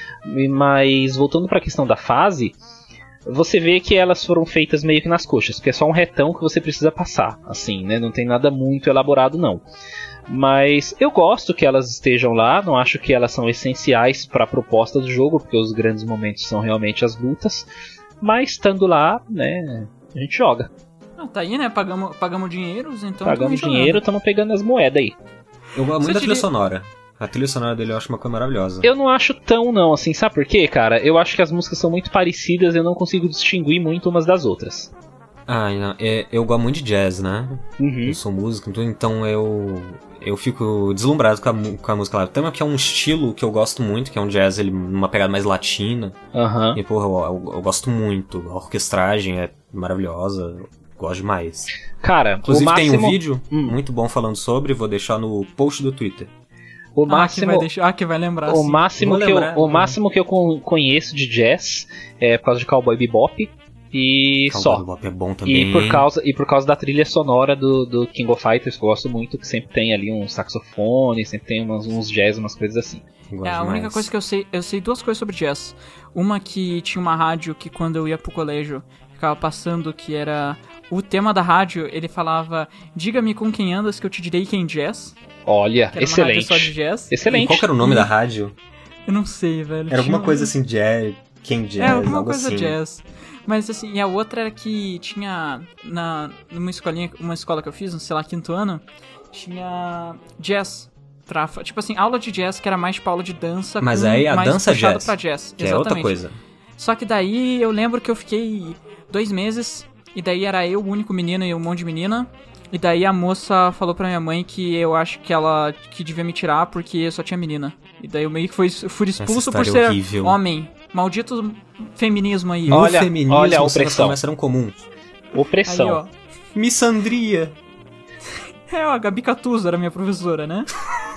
Mas voltando pra questão da fase, você vê que elas foram feitas meio que nas coxas, porque é só um retão que você precisa passar, assim, né? Não tem nada muito elaborado, não. Mas eu gosto que elas estejam lá, não acho que elas são essenciais para a proposta do jogo, porque os grandes momentos são realmente as lutas. Mas estando lá, né, a gente joga. Ah, tá aí, né? Pagamos, pagamos dinheiros, então... Pagamos dinheiro, estamos pegando as moedas aí. Eu gosto muito Você da trilha diria- sonora. A trilha sonora dele eu acho uma coisa maravilhosa. Eu não acho tão não, assim, sabe por quê, cara? Eu acho que as músicas são muito parecidas, eu não consigo distinguir muito umas das outras. Ah, não, é, eu gosto muito de jazz, né? Uhum. Eu sou músico, então- então eu eu fico deslumbrado com a, mu- com a música lá. Também que é um estilo que eu gosto muito, que é um jazz, ele numa pegada mais latina. Aham. E, porra, eu, eu- eu gosto muito. A orquestragem é maravilhosa. Eu gosto demais. Cara, Inclusive o máximo... tem um vídeo Hum. muito bom falando sobre, vou deixar no post do Twitter. O Ah, que máximo... vai, deixar, ah, que vai lembrar, O sim. máximo, Vou que eu, lembrar, o vou máximo que eu con- conheço de jazz é por causa de Cowboy Bebop e Cowboy só. Bebop é bom também. E por, causa, e por causa da trilha sonora do, do King of Fighters, que eu gosto muito, que sempre tem ali um saxofone, sempre tem umas, uns jazz, umas coisas assim. Eu gosto É, a única demais. coisa que eu sei, eu sei duas coisas sobre jazz. Uma que tinha uma rádio que quando eu ia pro colégio ficava passando, que era o tema da rádio, ele falava: diga-me com quem andas que eu te direi quem jazz. Olha, Que era uma rádio excelente. só de jazz. E Excelente. qual que era o nome da rádio? Eu não sei, velho. Era alguma Tinha um- coisa assim, jazz, quem jazz, É, alguma algo coisa assim. jazz. Mas assim, e a outra era que tinha na numa escolinha, uma escola que eu fiz, no, sei lá, quinto ano, tinha jazz. Pra, tipo assim, aula de jazz que era mais tipo aula de dança. Mas com aí a mais dança puxado jazz, pra jazz. Que é outra Exatamente. coisa. Só que daí eu lembro que eu fiquei dois meses, e daí era eu, o único menino e um monte de menina. E daí a moça falou pra minha mãe que eu acho que ela que devia me tirar porque só tinha menina. E daí eu meio que fui, fui expulso por história ser é horrível. homem. Maldito feminismo aí. No Olha- feminismo, olha a cenas opressão. como essa eram comuns. Opressão. Aí, ó. Missandria. É, ó, a Gabi Catuso era minha professora, né?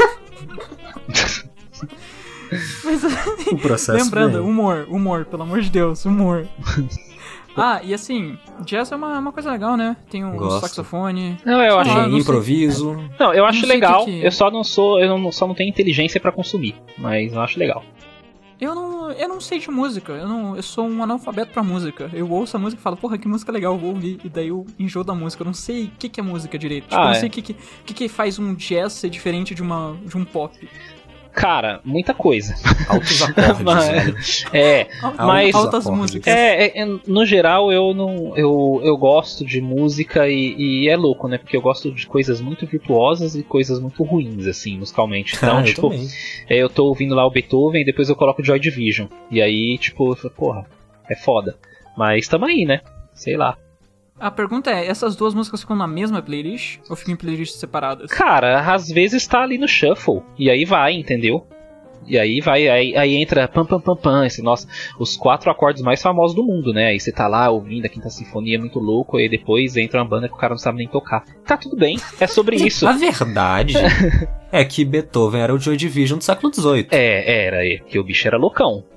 Mas O processo lembrando, vem. humor, humor, pelo amor de Deus, humor. Ah, e assim, jazz é uma, uma coisa legal, né? Tem um Gosto. saxofone. Não, eu acho. Ah, não sei. improviso. Não, eu acho Não sei legal. o que que- Eu só não sou. Eu não, só não tenho inteligência pra consumir. Mas eu acho legal. Eu não, eu não sei de música, eu, não, eu sou um analfabeto pra música. Eu ouço a música e falo, porra, que música legal, eu vou ouvir. E daí eu enjoo da música, eu não sei o que, que é música direito. Tipo, Ah, eu não é. sei o que, que, o que, que faz um jazz ser diferente de, uma, de um pop. Cara, muita coisa. Altos acordes, velho. É, mas- Altas acordes. músicas. É, é, é, no geral eu não. Eu, eu gosto de música e, e é louco, né? Porque eu gosto de coisas muito virtuosas e coisas muito ruins, assim, musicalmente. Então, Ah, eu tipo, também. é, eu tô ouvindo lá o Beethoven e depois eu coloco Joy Division. E aí, tipo, eu falo, porra, é foda. Mas tamo aí, né? Sei lá. A pergunta é, essas duas músicas ficam na mesma playlist? Ou ficam em playlists separadas? Cara, às vezes tá ali no shuffle. E aí vai, entendeu? E aí vai, aí, aí entra pam pam pam pam, esse, nossa, os quatro acordes mais famosos do mundo, né? Aí você tá lá ouvindo a Quinta Sinfonia, muito louco, aí depois entra uma banda que o cara não sabe nem tocar. Tá tudo bem, é sobre isso. A verdade é que Beethoven era o Joy Division do século dezoito. É, era, é, que o bicho era loucão.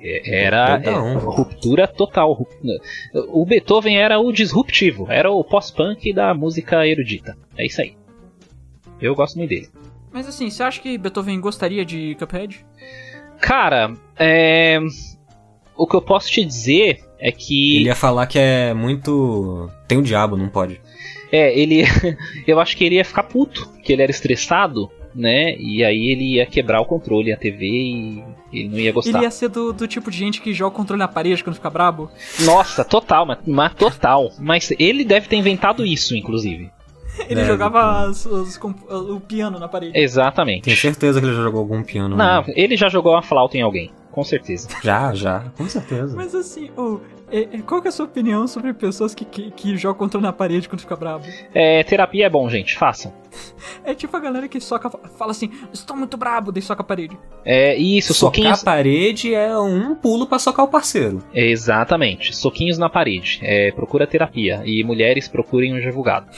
Era é, ruptura total. O Beethoven era o disruptivo, era o pós-punk da música erudita. É isso aí. Eu gosto muito dele. Mas assim, você acha que Beethoven gostaria de Cuphead? Cara, é... o que eu posso te dizer é que... Ele ia falar que é muito... Tem o diabo, não pode. É, ele... eu acho que ele ia ficar puto, que ele era estressado, né? E aí ele ia quebrar o controle, a T V, e ele não ia gostar. Ele ia ser do, do tipo de gente que joga o controle na parede quando fica brabo? Nossa, total, mas, mas total. Mas ele deve ter inventado isso, inclusive. Ele Deve, jogava as, as, o piano na parede. Exatamente. Tenho certeza que ele já jogou algum piano. Não, né? ele já jogou uma flauta em alguém, com certeza. Já, já, com certeza. Mas assim, oh, é, é, qual que é a sua opinião sobre pessoas que, que, que jogam controle na parede quando fica brabo? É, terapia é bom, gente, façam. É tipo a galera que soca, fala assim, estou muito brabo, daí soca a parede. É isso, Socar soquinhos... a parede é um pulo pra socar o parceiro. Exatamente, soquinhos na parede. É, procura terapia. E mulheres procurem um advogado.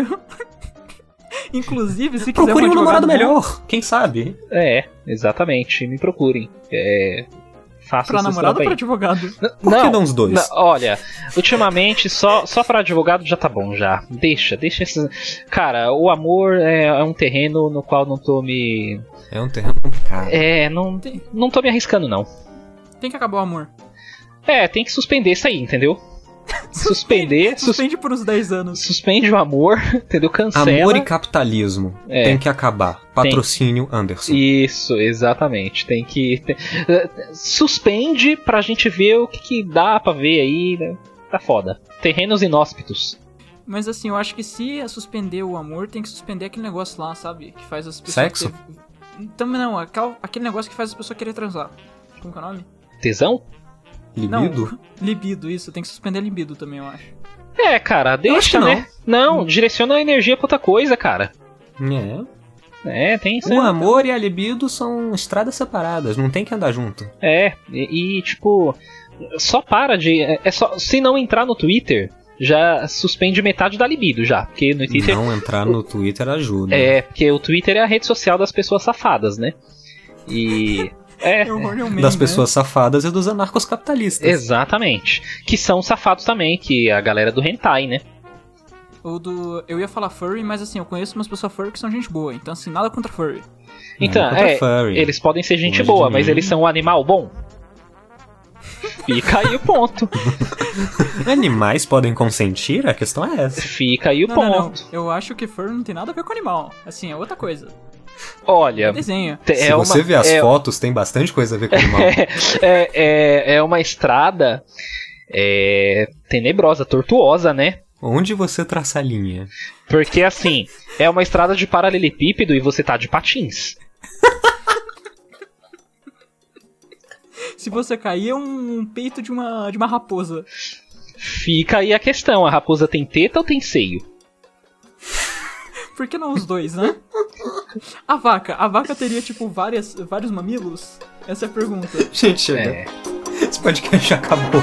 Inclusive, se quiser Procure um, um namorado bom, melhor, quem sabe? É, exatamente, me procurem. É... Faça pra namorado ou pra advogado? Por não, que não os dois? Não, olha, ultimamente só, só pra advogado já tá bom já. Deixa, deixa esses... Cara, o amor é, é um terreno no qual não tô me... É um terreno complicado. É, não, não tô me arriscando não. Tem que acabar o amor. É, tem que suspender isso aí, entendeu? Suspender. Suspende por uns dez anos. Suspende o amor, entendeu? Cancela. Amor e capitalismo. É. Tem que acabar. Patrocínio tem. Anderson. Isso, exatamente. Tem que... Tem, suspende pra gente ver o que, que dá pra ver aí. Né? Tá foda. Terrenos inóspitos. Mas assim, eu acho que se é suspender o amor, tem que suspender aquele negócio lá, sabe? Que faz as pessoas... Sexo? Ter... Também não, aquele, aquele negócio que faz as pessoas querer transar. Como que é o nome? Tesão? Libido? Não, libido, isso. Tem que suspender libido também, eu acho. É, cara, deixa, não. né? Não, hum. direciona a energia pra outra coisa, cara. É. É, tem isso. O amor e a libido são estradas separadas, não tem que andar junto. É, e, e tipo, só para de... É só, se não entrar no Twitter, já suspende metade da libido já, porque no Twitter... Não entrar no Twitter ajuda. É, porque o Twitter é a rede social das pessoas safadas, né? E... É, é das pessoas né? safadas e dos anarcos-capitalistas. Exatamente. Que são safados também, que é a galera do hentai, né? Ou do... Eu ia falar furry, mas assim, eu conheço umas pessoas furry que são gente boa, então assim, nada contra furry. Então, contra é, furry. Eles podem ser gente Longe boa, mas eles são um animal bom? Fica aí o ponto. Animais podem consentir? A questão é essa. Fica aí o não, ponto. Não, não. Eu acho que furry não tem nada a ver com animal. Assim, é outra coisa. Olha, é desenho. Se é você uma, ver as é, fotos, tem bastante coisa a ver com animal. É, é, é uma estrada é, tenebrosa, tortuosa, né? Onde você traça a linha? Porque assim, é uma estrada de paralelepípedo e você tá de patins. Se você cair, é um peito de uma, de uma raposa. Fica aí a questão, a raposa tem teta ou tem seio? Por que não os dois, né? A vaca, a vaca teria, tipo, várias, vários mamilos? Essa é a pergunta. Gente, chega. É. Esse podcast já acabou.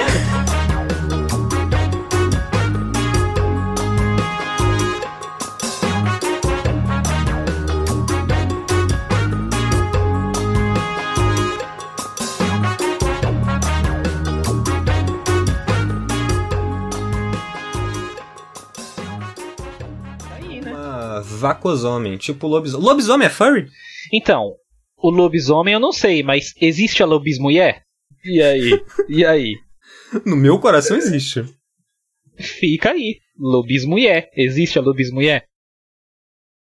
Vacosomem, tipo lobisomem. Lobisomem é furry? Então, o lobisomem eu não sei, mas existe a lobismulher? E aí? E aí? No meu coração existe. Fica aí. Lobismulher. Existe a lobismulher?